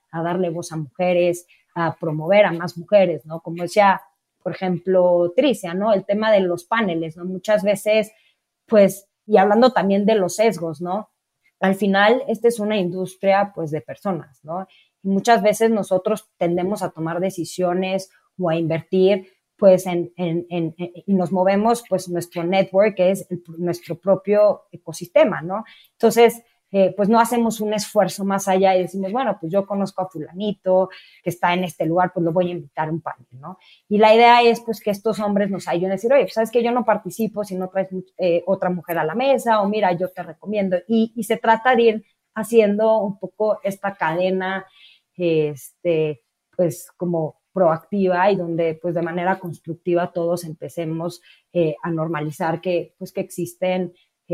a darle voz a mujeres, a promover a más mujeres, ¿no? Como decía, por ejemplo, Tricia, ¿no? El tema de los paneles, ¿no? Muchas veces, pues, y hablando también de los sesgos, ¿no? Al final, esta es una industria, pues, de personas, ¿no? Y muchas veces nosotros tendemos a tomar decisiones o a invertir, pues, y nos movemos, pues, nuestro network es nuestro propio ecosistema, ¿no? Entonces, pues no hacemos un esfuerzo más allá y decimos, bueno, pues yo conozco a fulanito que está en este lugar, pues lo voy a invitar a un panel, ¿no? Y la idea es, pues, que estos hombres nos ayuden a decir, oye, pues, ¿sabes qué? Yo no participo si no traes otra mujer a la mesa, o mira, yo te recomiendo. Y se trata de ir haciendo un poco esta cadena, pues, como proactiva y donde, pues, de manera constructiva todos empecemos a normalizar que, pues, que existen,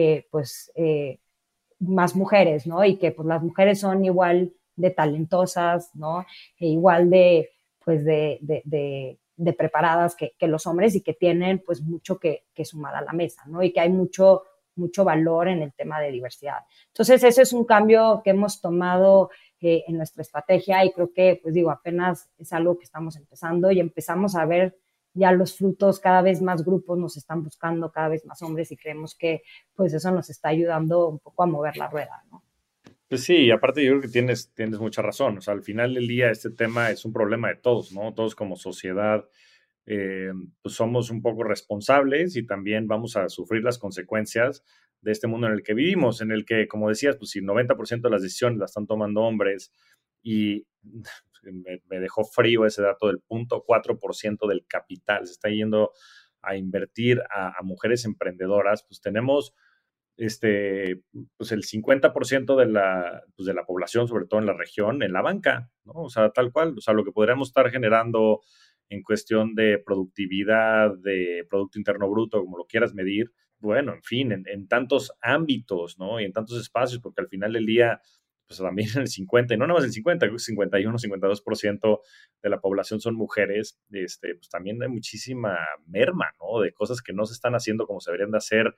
más mujeres, ¿no? Y que pues las mujeres son igual de talentosas, ¿no? E igual de, pues de preparadas que los hombres y que tienen pues mucho que sumar a la mesa, ¿no? Y que hay mucho valor en el tema de diversidad. Entonces, ese es un cambio que hemos tomado en nuestra estrategia y creo que, pues digo, apenas es algo que estamos empezando y empezamos a ver ya los frutos, cada vez más grupos nos están buscando, cada vez más hombres y creemos que pues eso nos está ayudando un poco a mover la rueda, ¿no? Pues sí, aparte yo creo que tienes mucha razón. O sea, al final del día este tema es un problema de todos, ¿no? Todos como sociedad pues somos un poco responsables y también vamos a sufrir las consecuencias de este mundo en el que vivimos, en el que, como decías, pues si el 90% de las decisiones las están tomando hombres y me dejó frío ese dato del 0.4% del capital se está yendo a invertir a mujeres emprendedoras, pues tenemos pues el 50% de la población, sobre todo en la región, en la banca, ¿no? O sea, tal cual, o sea, lo que podríamos estar generando en cuestión de productividad, de Producto Interno Bruto, como lo quieras medir, bueno, en fin, en tantos ámbitos, ¿no? Y en tantos espacios, porque al final del día, pues también el 50, y no nada más el 50, creo que 51, 52% de la población son mujeres, pues también hay muchísima merma, ¿no? De cosas que no se están haciendo como se deberían de hacer,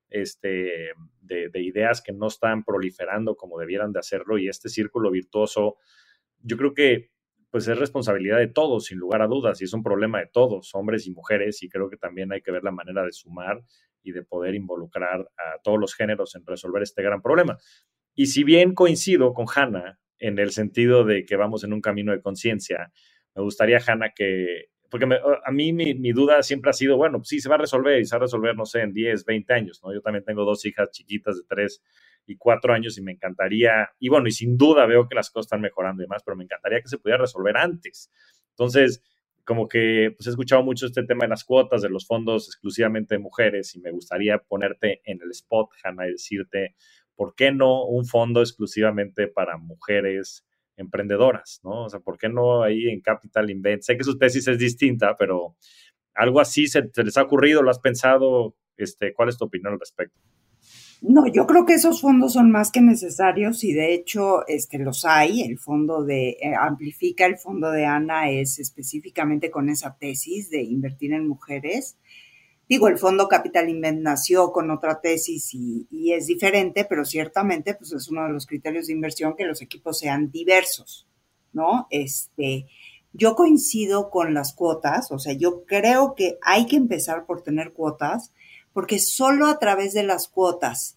de ideas que no están proliferando como debieran de hacerlo, y este círculo virtuoso, yo creo que pues es responsabilidad de todos, sin lugar a dudas, y es un problema de todos, hombres y mujeres, y creo que también hay que ver la manera de sumar y de poder involucrar a todos los géneros en resolver este gran problema. Y si bien coincido con Hannah en el sentido de que vamos en un camino de conciencia, me gustaría, Hannah, porque a mí mi duda siempre ha sido, bueno, pues sí, se va a resolver y se va a resolver, no sé, en 10, 20 años, ¿no? Yo también tengo 2 hijas chiquitas de 3 y 4 años y me encantaría, y bueno, y sin duda veo que las cosas están mejorando y demás, pero me encantaría que se pudiera resolver antes. Entonces, como que pues he escuchado mucho este tema de las cuotas, de los fondos exclusivamente de mujeres, y me gustaría ponerte en el spot, Hannah, y decirte, ¿por qué no un fondo exclusivamente para mujeres emprendedoras, ¿no? O sea, ¿por qué no ahí en Capital Invent? Sé que su tesis es distinta, pero algo así se les ha ocurrido, ¿lo has pensado? ¿Cuál es tu opinión al respecto? No, yo creo que esos fondos son más que necesarios y de hecho los hay. El fondo de Amplifica, el fondo de Ana es específicamente con esa tesis de invertir en mujeres. Digo, el fondo Capital Invent nació con otra tesis y es diferente, pero ciertamente pues es uno de los criterios de inversión que los equipos sean diversos, ¿no? Yo coincido con las cuotas, o sea, yo creo que hay que empezar por tener cuotas, porque solo a través de las cuotas,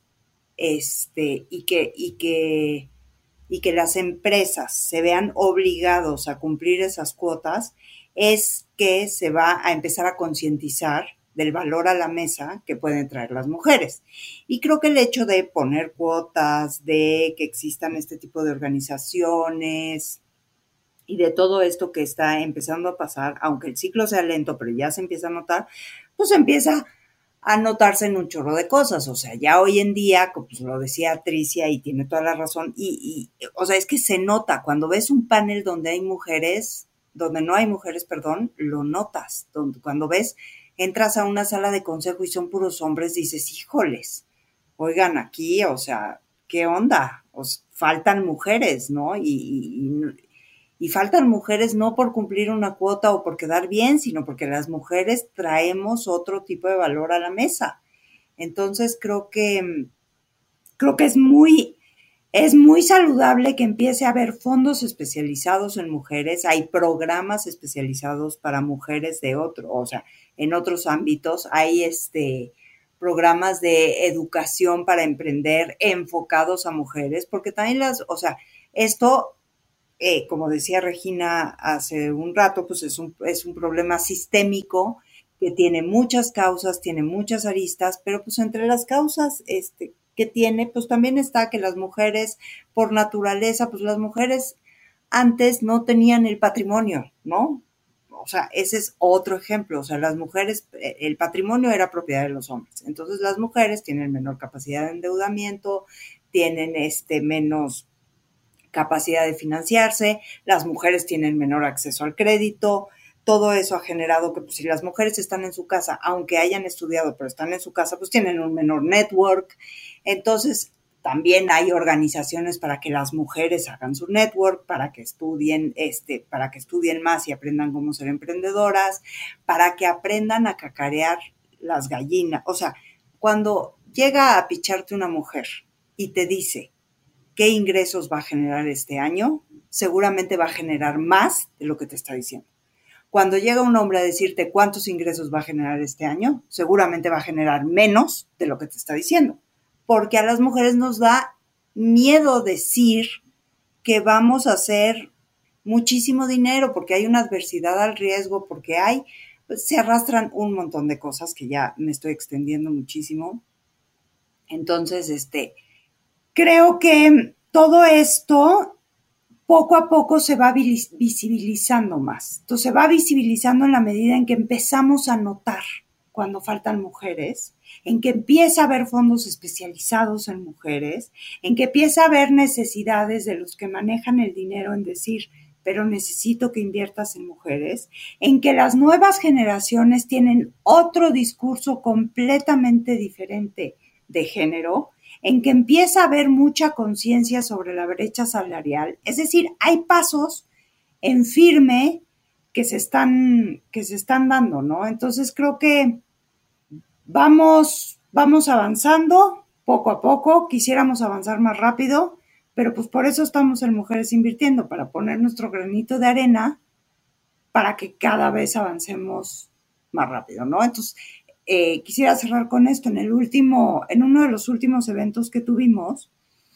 y que las empresas se vean obligados a cumplir esas cuotas, es que se va a empezar a concientizar del valor a la mesa que pueden traer las mujeres. Y creo que el hecho de poner cuotas, de que existan este tipo de organizaciones y de todo esto que está empezando a pasar, aunque el ciclo sea lento, pero ya se empieza a notar, pues empieza a notarse en un chorro de cosas. O sea, ya hoy en día, pues lo decía Tricia y tiene toda la razón, o sea, es que se nota cuando ves un panel donde hay mujeres, donde no hay mujeres, perdón, lo notas. Cuando entras a una sala de consejo y son puros hombres, dices, híjoles, oigan, aquí, o sea, ¿qué onda? Faltan mujeres, ¿no? Y faltan mujeres no por cumplir una cuota o por quedar bien, sino porque las mujeres traemos otro tipo de valor a la mesa. Entonces creo que es muy Es muy saludable que empiece a haber fondos especializados en mujeres. Hay programas especializados para mujeres o sea, en otros ámbitos. Hay programas de educación para emprender enfocados a mujeres, porque también o sea, esto, como decía Regina hace un rato, pues es un problema sistémico que tiene muchas causas, tiene muchas aristas, pero pues entre las causas que tiene, pues también está que las mujeres, por naturaleza, pues las mujeres antes no tenían el patrimonio, ¿no? O sea, ese es otro ejemplo. O sea, las mujeres, el patrimonio era propiedad de los hombres. Entonces, las mujeres tienen menor capacidad de endeudamiento, tienen menos capacidad de financiarse, las mujeres tienen menor acceso al crédito. Todo eso ha generado que pues, si las mujeres están en su casa, aunque hayan estudiado, pero están en su casa, pues tienen un menor network. Entonces, también hay organizaciones para que las mujeres hagan su network, para que estudien más y aprendan cómo ser emprendedoras, para que aprendan a cacarear las gallinas. O sea, cuando llega a picharte una mujer y te dice qué ingresos va a generar este año, seguramente va a generar más de lo que te está diciendo. Cuando llega un hombre a decirte cuántos ingresos va a generar este año, seguramente va a generar menos de lo que te está diciendo. Porque a las mujeres nos da miedo decir que vamos a hacer muchísimo dinero, porque hay una adversidad al riesgo, porque se arrastran un montón de cosas que ya me estoy extendiendo muchísimo. Entonces, creo que todo esto poco a poco se va visibilizando más. Entonces se va visibilizando en la medida en que empezamos a notar cuando faltan mujeres, en que empieza a haber fondos especializados en mujeres, en que empieza a haber necesidades de los que manejan el dinero en decir, pero necesito que inviertas en mujeres, en que las nuevas generaciones tienen otro discurso completamente diferente de género, en que empieza a haber mucha conciencia sobre la brecha salarial. Es decir, hay pasos en firme que se están dando, ¿no? Entonces creo que vamos avanzando poco a poco. Quisiéramos avanzar más rápido, pero pues por eso estamos en Mujeres Invirtiendo, para poner nuestro granito de arena para que cada vez avancemos más rápido, ¿no? Entonces, quisiera cerrar con esto. En uno de los últimos eventos que tuvimos,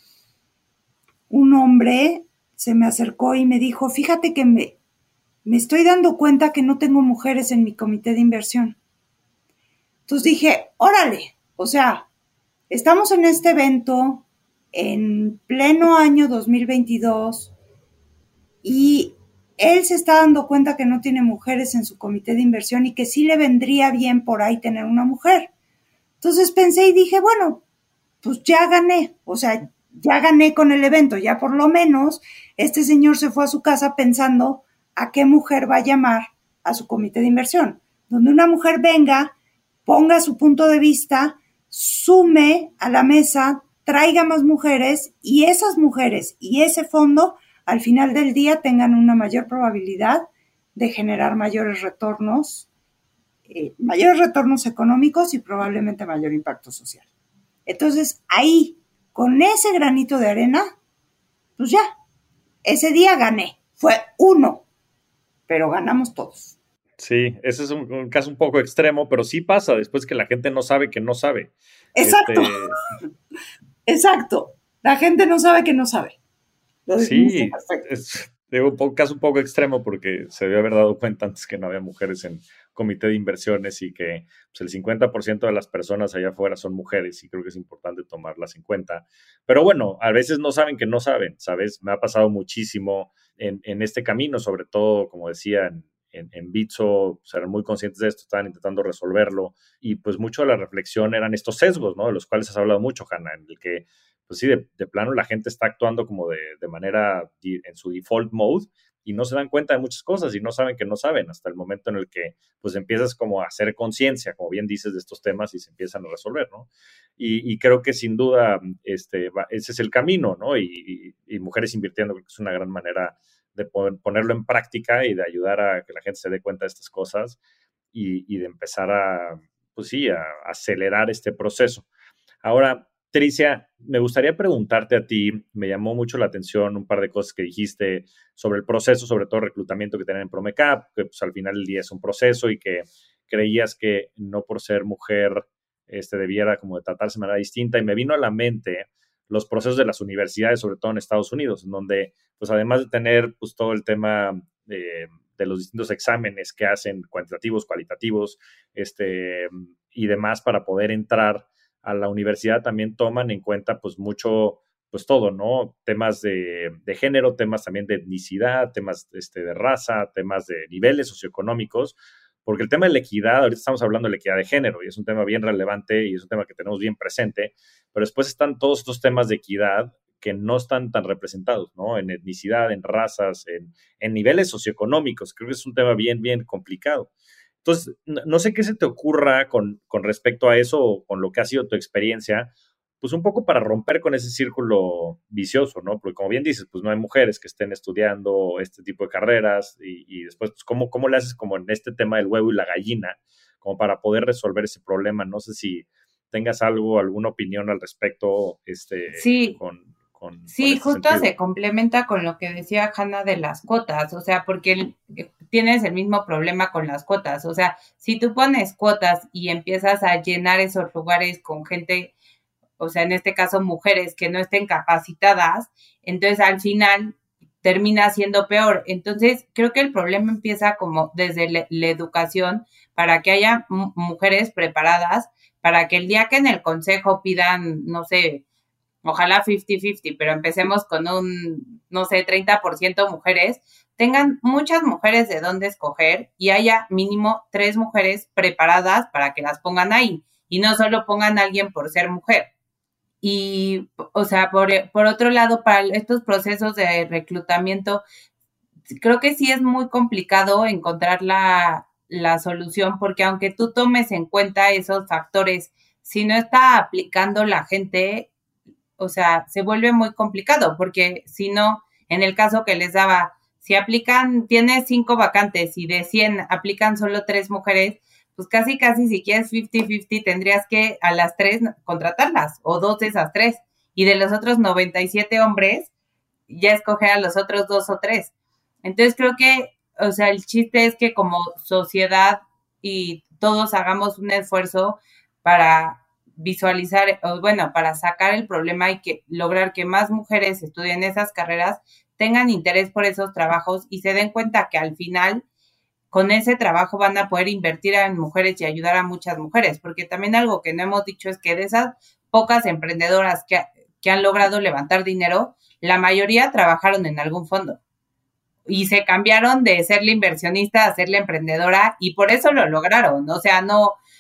un hombre se me acercó y me dijo, fíjate que me estoy dando cuenta que no tengo mujeres en mi comité de inversión. Entonces dije, órale, o sea, estamos en este evento en pleno año 2022 y él se está dando cuenta que no tiene mujeres en su comité de inversión y que sí le vendría bien por ahí tener una mujer. Entonces pensé y dije, bueno, pues ya gané, o sea, ya gané con el evento, ya por lo menos este señor se fue a su casa pensando a qué mujer va a llamar a su comité de inversión, donde una mujer venga, ponga su punto de vista, sume a la mesa, traiga más mujeres y esas mujeres y ese fondo al final del día tengan una mayor probabilidad de generar mayores retornos económicos y probablemente mayor impacto social. Entonces, ahí, con ese granito de arena, pues ya, ese día gané. Fue uno, pero ganamos todos. Sí, ese es un caso un poco extremo, pero sí pasa después que la gente no sabe que no sabe. Exacto. Exacto. La gente no sabe que no sabe. Sí, es un caso un poco extremo porque se debe haber dado cuenta antes que no había mujeres en comité de inversiones y que pues, el 50% de las personas allá afuera son mujeres y creo que es importante tomarlas en cuenta. Pero bueno, a veces no saben que no saben, ¿sabes? Me ha pasado muchísimo en este camino, sobre todo, como decía, en Bitso, pues, eran muy conscientes de esto, estaban intentando resolverlo y pues mucho de la reflexión eran estos sesgos, ¿no? De los cuales has hablado mucho, Hanna, en el que pues sí, de plano la gente está actuando como de manera en su default mode y no se dan cuenta de muchas cosas y no saben que no saben hasta el momento en el que pues empiezas como a hacer conciencia, como bien dices, de estos temas y se empiezan a resolver, ¿no? Y creo que sin duda ese es el camino, ¿no? Y Mujeres Invirtiendo creo que es una gran manera de ponerlo en práctica y de ayudar a que la gente se dé cuenta de estas cosas y de empezar pues sí, a acelerar este proceso. Ahora, Tricia, me gustaría preguntarte a ti, me llamó mucho la atención un par de cosas que dijiste sobre el proceso, sobre todo reclutamiento que tienen en Promecap, que pues al final del día es un proceso y que creías que no por ser mujer debiera como de tratarse de manera distinta. Y me vino a la mente los procesos de las universidades, sobre todo en Estados Unidos, en donde, pues además de tener pues todo el tema de los distintos exámenes que hacen, cuantitativos, cualitativos, y demás para poder entrar a la universidad, también toman en cuenta pues mucho, pues todo, ¿no? Temas de género, temas también de etnicidad, temas de raza, temas de niveles socioeconómicos, porque el tema de la equidad, ahorita estamos hablando de la equidad de género y es un tema bien relevante y es un tema que tenemos bien presente, pero después están todos estos temas de equidad que no están tan representados, ¿no? En etnicidad, en razas, en niveles socioeconómicos. Creo que es un tema bien, bien complicado. Entonces, no sé qué se te ocurra con respecto a eso o con lo que ha sido tu experiencia, pues un poco para romper con ese círculo vicioso, ¿no? Porque como bien dices, pues no hay mujeres que estén estudiando este tipo de carreras y después, pues, ¿cómo le haces como en este tema del huevo y la gallina, como para poder resolver ese problema? No sé si tengas alguna opinión al respecto, Sí, con sí, este justo sentido. se complementa con lo que decía Hanna de las cuotas, o sea, porque tienes el mismo problema con las cuotas, o sea, si tú pones cuotas y empiezas a llenar esos lugares con gente, o sea, en este caso mujeres que no estén capacitadas, entonces al final termina siendo peor. Entonces, creo que el problema empieza como desde la educación para que haya mujeres preparadas, para que el día que en el consejo pidan, no sé, ojalá 50-50, pero empecemos con un, no sé, 30% mujeres, tengan muchas mujeres de dónde escoger y haya mínimo 3 mujeres preparadas para que las pongan ahí y no solo pongan a alguien por ser mujer. Y, o sea, por otro lado, para estos procesos de reclutamiento, creo que sí es muy complicado encontrar la solución, porque aunque tú tomes en cuenta esos factores, si no está aplicando la gente, o sea, se vuelve muy complicado, porque si no, en el caso que les daba, si aplican, tienes 5 vacantes y de 100 aplican solo 3 mujeres, pues casi si quieres 50-50 tendrías que a las 3 contratarlas o 2 de esas 3 y de los otros 97 hombres ya escoger a los otros 2 o 3. Entonces creo que, o sea, el chiste es que como sociedad y todos hagamos un esfuerzo para visualizar, o bueno, para sacar el problema y que lograr que más mujeres estudien esas carreras, tengan interés por esos trabajos y se den cuenta que al final con ese trabajo van a poder invertir en mujeres y ayudar a muchas mujeres, porque también algo que no hemos dicho es que de esas pocas emprendedoras que han logrado levantar dinero, la mayoría trabajaron en algún fondo y se cambiaron de ser la inversionista a ser la emprendedora y por eso lo lograron. O sea,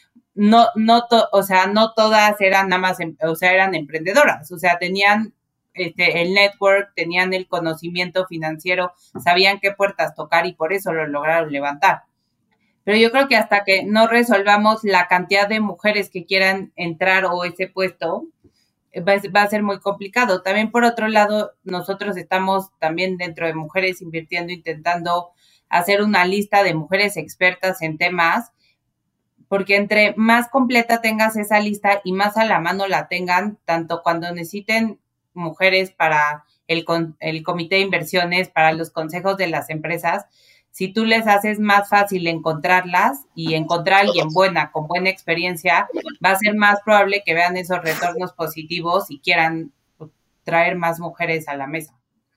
o sea, no todas eran nada más, o sea, eran emprendedoras, o sea, tenían el network, tenían el conocimiento financiero, sabían qué puertas tocar y por eso lo lograron levantar. Pero yo creo que hasta que no resolvamos la cantidad de mujeres que quieran entrar o ese puesto, va a ser muy complicado. También por otro lado, nosotros estamos también dentro de Mujeres Invirtiendo intentando hacer una lista de mujeres expertas en temas, porque entre más completa tengas esa lista y más a la mano la tengan, tanto cuando necesiten mujeres para el comité de inversiones, para los consejos de las empresas, si tú les haces más fácil encontrarlas y encontrar a alguien buena, con buena experiencia, va a ser más probable que vean esos retornos positivos y quieran traer más mujeres a la mesa.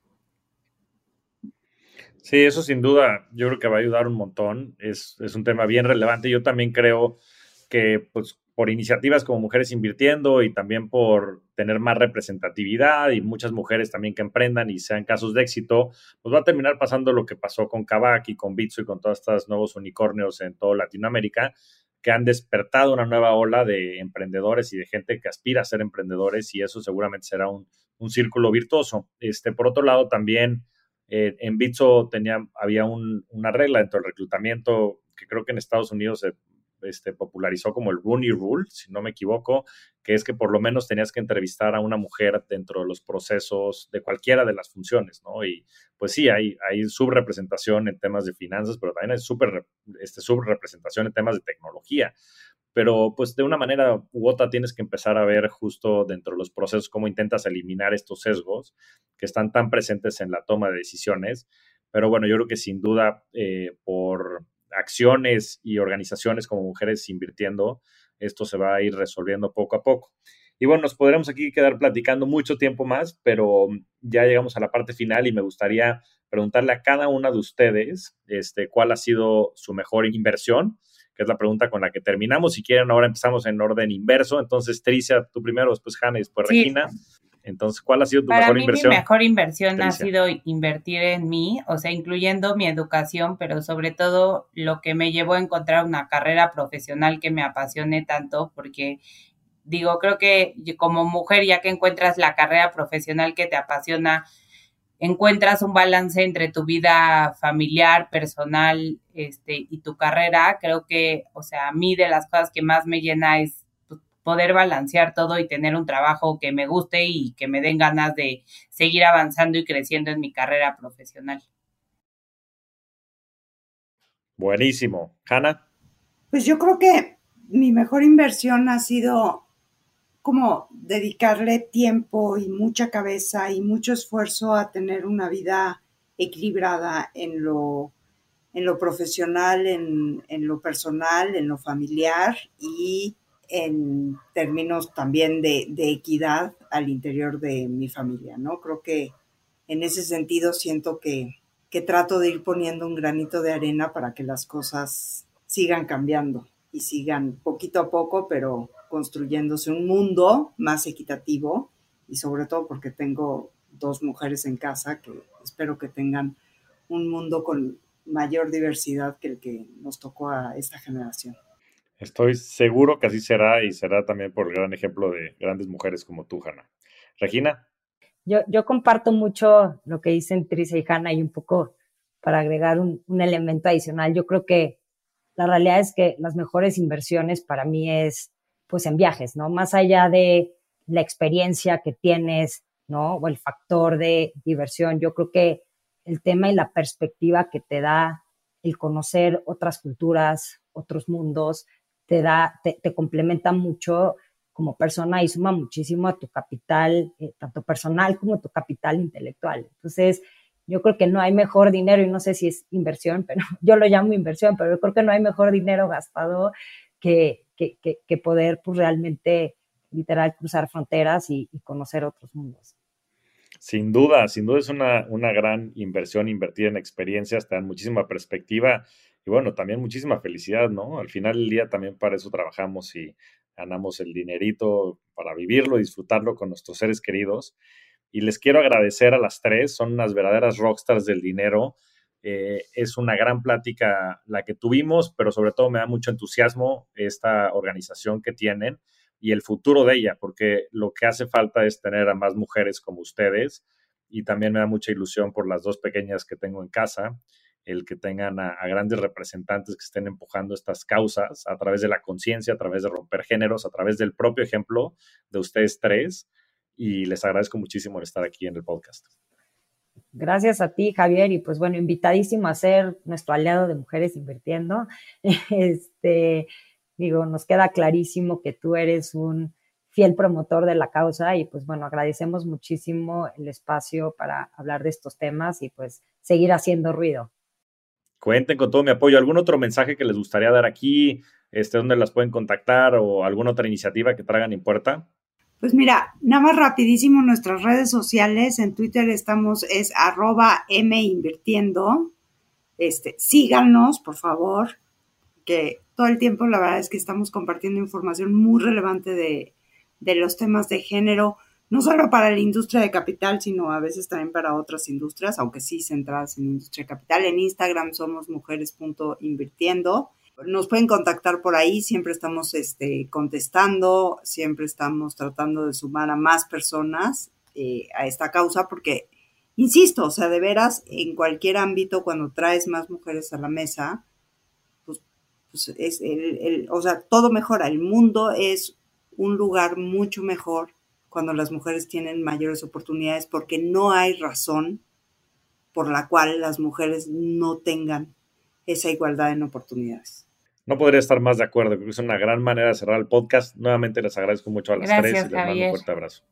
Sí, eso sin duda, yo creo que va a ayudar un montón. Es un tema bien relevante. Yo también creo que, pues, por iniciativas como Mujeres Invirtiendo y también por tener más representatividad y muchas mujeres también que emprendan y sean casos de éxito, pues va a terminar pasando lo que pasó con Kavak y con Bitso y con todos estos nuevos unicornios en toda Latinoamérica, que han despertado una nueva ola de emprendedores y de gente que aspira a ser emprendedores y eso seguramente será un círculo virtuoso. Por otro lado, también en Bitso había una regla dentro del reclutamiento que creo que en Estados Unidos se popularizó como el Rooney Rule, si no me equivoco, que es que por lo menos tenías que entrevistar a una mujer dentro de los procesos de cualquiera de las funciones, ¿no? Y pues sí, hay subrepresentación en temas de finanzas, pero también hay subrepresentación en temas de tecnología. pero pues de una manera u otra tienes que empezar a ver justo dentro de los procesos cómo intentas eliminar estos sesgos que están tan presentes en la toma de decisiones. Pero bueno, yo creo que sin duda por acciones y organizaciones como Mujeres Invirtiendo, esto se va a ir resolviendo poco a poco. Y bueno, nos podremos aquí quedar platicando mucho tiempo más, pero ya llegamos a la parte final y me gustaría preguntarle a cada una de ustedes cuál ha sido su mejor inversión, que es la pregunta con la que terminamos. Si quieren, ahora empezamos en orden inverso. Entonces, Tricia, tú primero, después Hanna y después Sí. Regina. Entonces, ¿cuál ha sido tu Para mejor mí, inversión? mi mejor inversión ha Tricia. sido invertir en mí, o sea, incluyendo mi educación, pero sobre todo lo que me llevó a encontrar una carrera profesional que me apasione tanto, porque digo, creo que como mujer, ya que encuentras la carrera profesional que te apasiona, encuentras un balance entre tu vida familiar, personal, y tu carrera. Creo que, o sea, a mí de las cosas que más me llena es poder balancear todo y tener un trabajo que me guste y que me den ganas de seguir avanzando y creciendo en mi carrera profesional. Buenísimo. Hanna. Pues yo creo que mi mejor inversión ha sido como dedicarle tiempo y mucha cabeza y mucho esfuerzo a tener una vida equilibrada en lo profesional, en lo personal, en lo familiar y en términos también de equidad al interior de mi familia, ¿no? Creo que en ese sentido siento que trato de ir poniendo un granito de arena para que las cosas sigan cambiando y sigan poquito a poco, pero construyéndose un mundo más equitativo y sobre todo porque tengo 2 mujeres en casa que espero que tengan un mundo con mayor diversidad que el que nos tocó a esta generación. Estoy seguro que así será y será también por el gran ejemplo de grandes mujeres como tú, Hanna. Regina. Yo comparto mucho lo que dicen Tricia y Hanna y un poco para agregar un elemento adicional. Yo creo que la realidad es que las mejores inversiones para mí es pues en viajes, ¿no? Más allá de la experiencia que tienes, ¿no? O el factor de diversión, yo creo que el tema y la perspectiva que te da el conocer otras culturas, otros mundos, te complementa mucho como persona y suma muchísimo a tu capital, tanto personal como tu capital intelectual. Entonces, yo creo que no hay mejor dinero, y no sé si es inversión, pero yo lo llamo inversión, pero yo creo que no hay mejor dinero gastado que poder pues, realmente, literal, cruzar fronteras y conocer otros mundos. Sin duda es una gran inversión, invertir en experiencias, te dan muchísima perspectiva y bueno, también muchísima felicidad, ¿no? Al final del día también para eso trabajamos y ganamos el dinerito para vivirlo, disfrutarlo con nuestros seres queridos. Y les quiero agradecer a las tres, son unas verdaderas rockstars del dinero. Es una gran plática la que tuvimos, pero sobre todo me da mucho entusiasmo esta organización que tienen y el futuro de ella, porque lo que hace falta es tener a más mujeres como ustedes y también me da mucha ilusión por las 2 pequeñas que tengo en casa, el que tengan a grandes representantes que estén empujando estas causas a través de la conciencia, a través de romper géneros, a través del propio ejemplo de ustedes tres y les agradezco muchísimo el estar aquí en el podcast. Gracias a ti, Javier, y pues bueno, invitadísimo a ser nuestro aliado de Mujeres Invirtiendo. Digo, nos queda clarísimo que tú eres un fiel promotor de la causa y pues bueno, agradecemos muchísimo el espacio para hablar de estos temas y pues seguir haciendo ruido. Cuenten con todo mi apoyo. ¿Algún otro mensaje que les gustaría dar aquí? ¿Dónde las pueden contactar o alguna otra iniciativa que traigan en puerta? Pues mira, nada más rapidísimo nuestras redes sociales, en Twitter estamos, es @minvirtiendo, síganos, por favor, que todo el tiempo la verdad es que estamos compartiendo información muy relevante de los temas de género, no solo para la industria de capital, sino a veces también para otras industrias, aunque sí centradas en industria de capital. En Instagram somos mujeres.invirtiendo. Nos pueden contactar por ahí, siempre estamos contestando, siempre estamos tratando de sumar a más personas a esta causa, porque, insisto, o sea, de veras, en cualquier ámbito, cuando traes más mujeres a la mesa, pues es o sea, todo mejora. El mundo es un lugar mucho mejor cuando las mujeres tienen mayores oportunidades, porque no hay razón por la cual las mujeres no tengan esa igualdad en oportunidades. No podría estar más de acuerdo. Creo que es una gran manera de cerrar el podcast. Nuevamente les agradezco mucho a las tres y les mando un fuerte abrazo.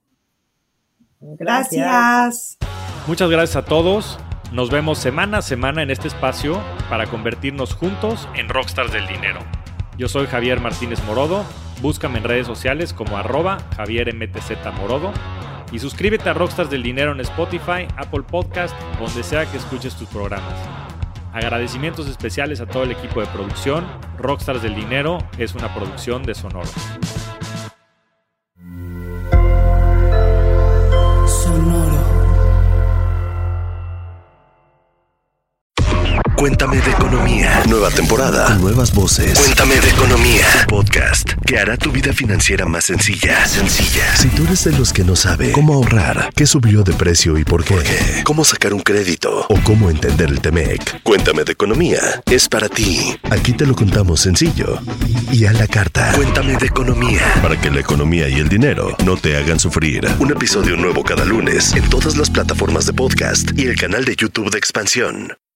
Gracias. Muchas gracias a todos. Nos vemos semana a semana en este espacio para convertirnos juntos en rockstars del dinero. Yo soy Javier Martínez Morodo. Búscame en redes sociales como @JavierMTZMorodo y suscríbete a Rockstars del Dinero en Spotify, Apple Podcast, donde sea que escuches tus programas. Agradecimientos especiales a todo el equipo de producción. Rockstars del Dinero es una producción de Sonoro. Cuéntame de economía. Nueva temporada. Nuevas voces. Cuéntame de economía. Podcast que hará tu vida financiera más sencilla. Si tú eres de los que no sabe cómo ahorrar, qué subió de precio y por qué, cómo sacar un crédito o cómo entender el TEMEC, Cuéntame de economía es para ti. Aquí te lo contamos sencillo y a la carta. Cuéntame de economía, para que la economía y el dinero no te hagan sufrir. Un episodio nuevo cada lunes en todas las plataformas de podcast y el canal de YouTube de Expansión.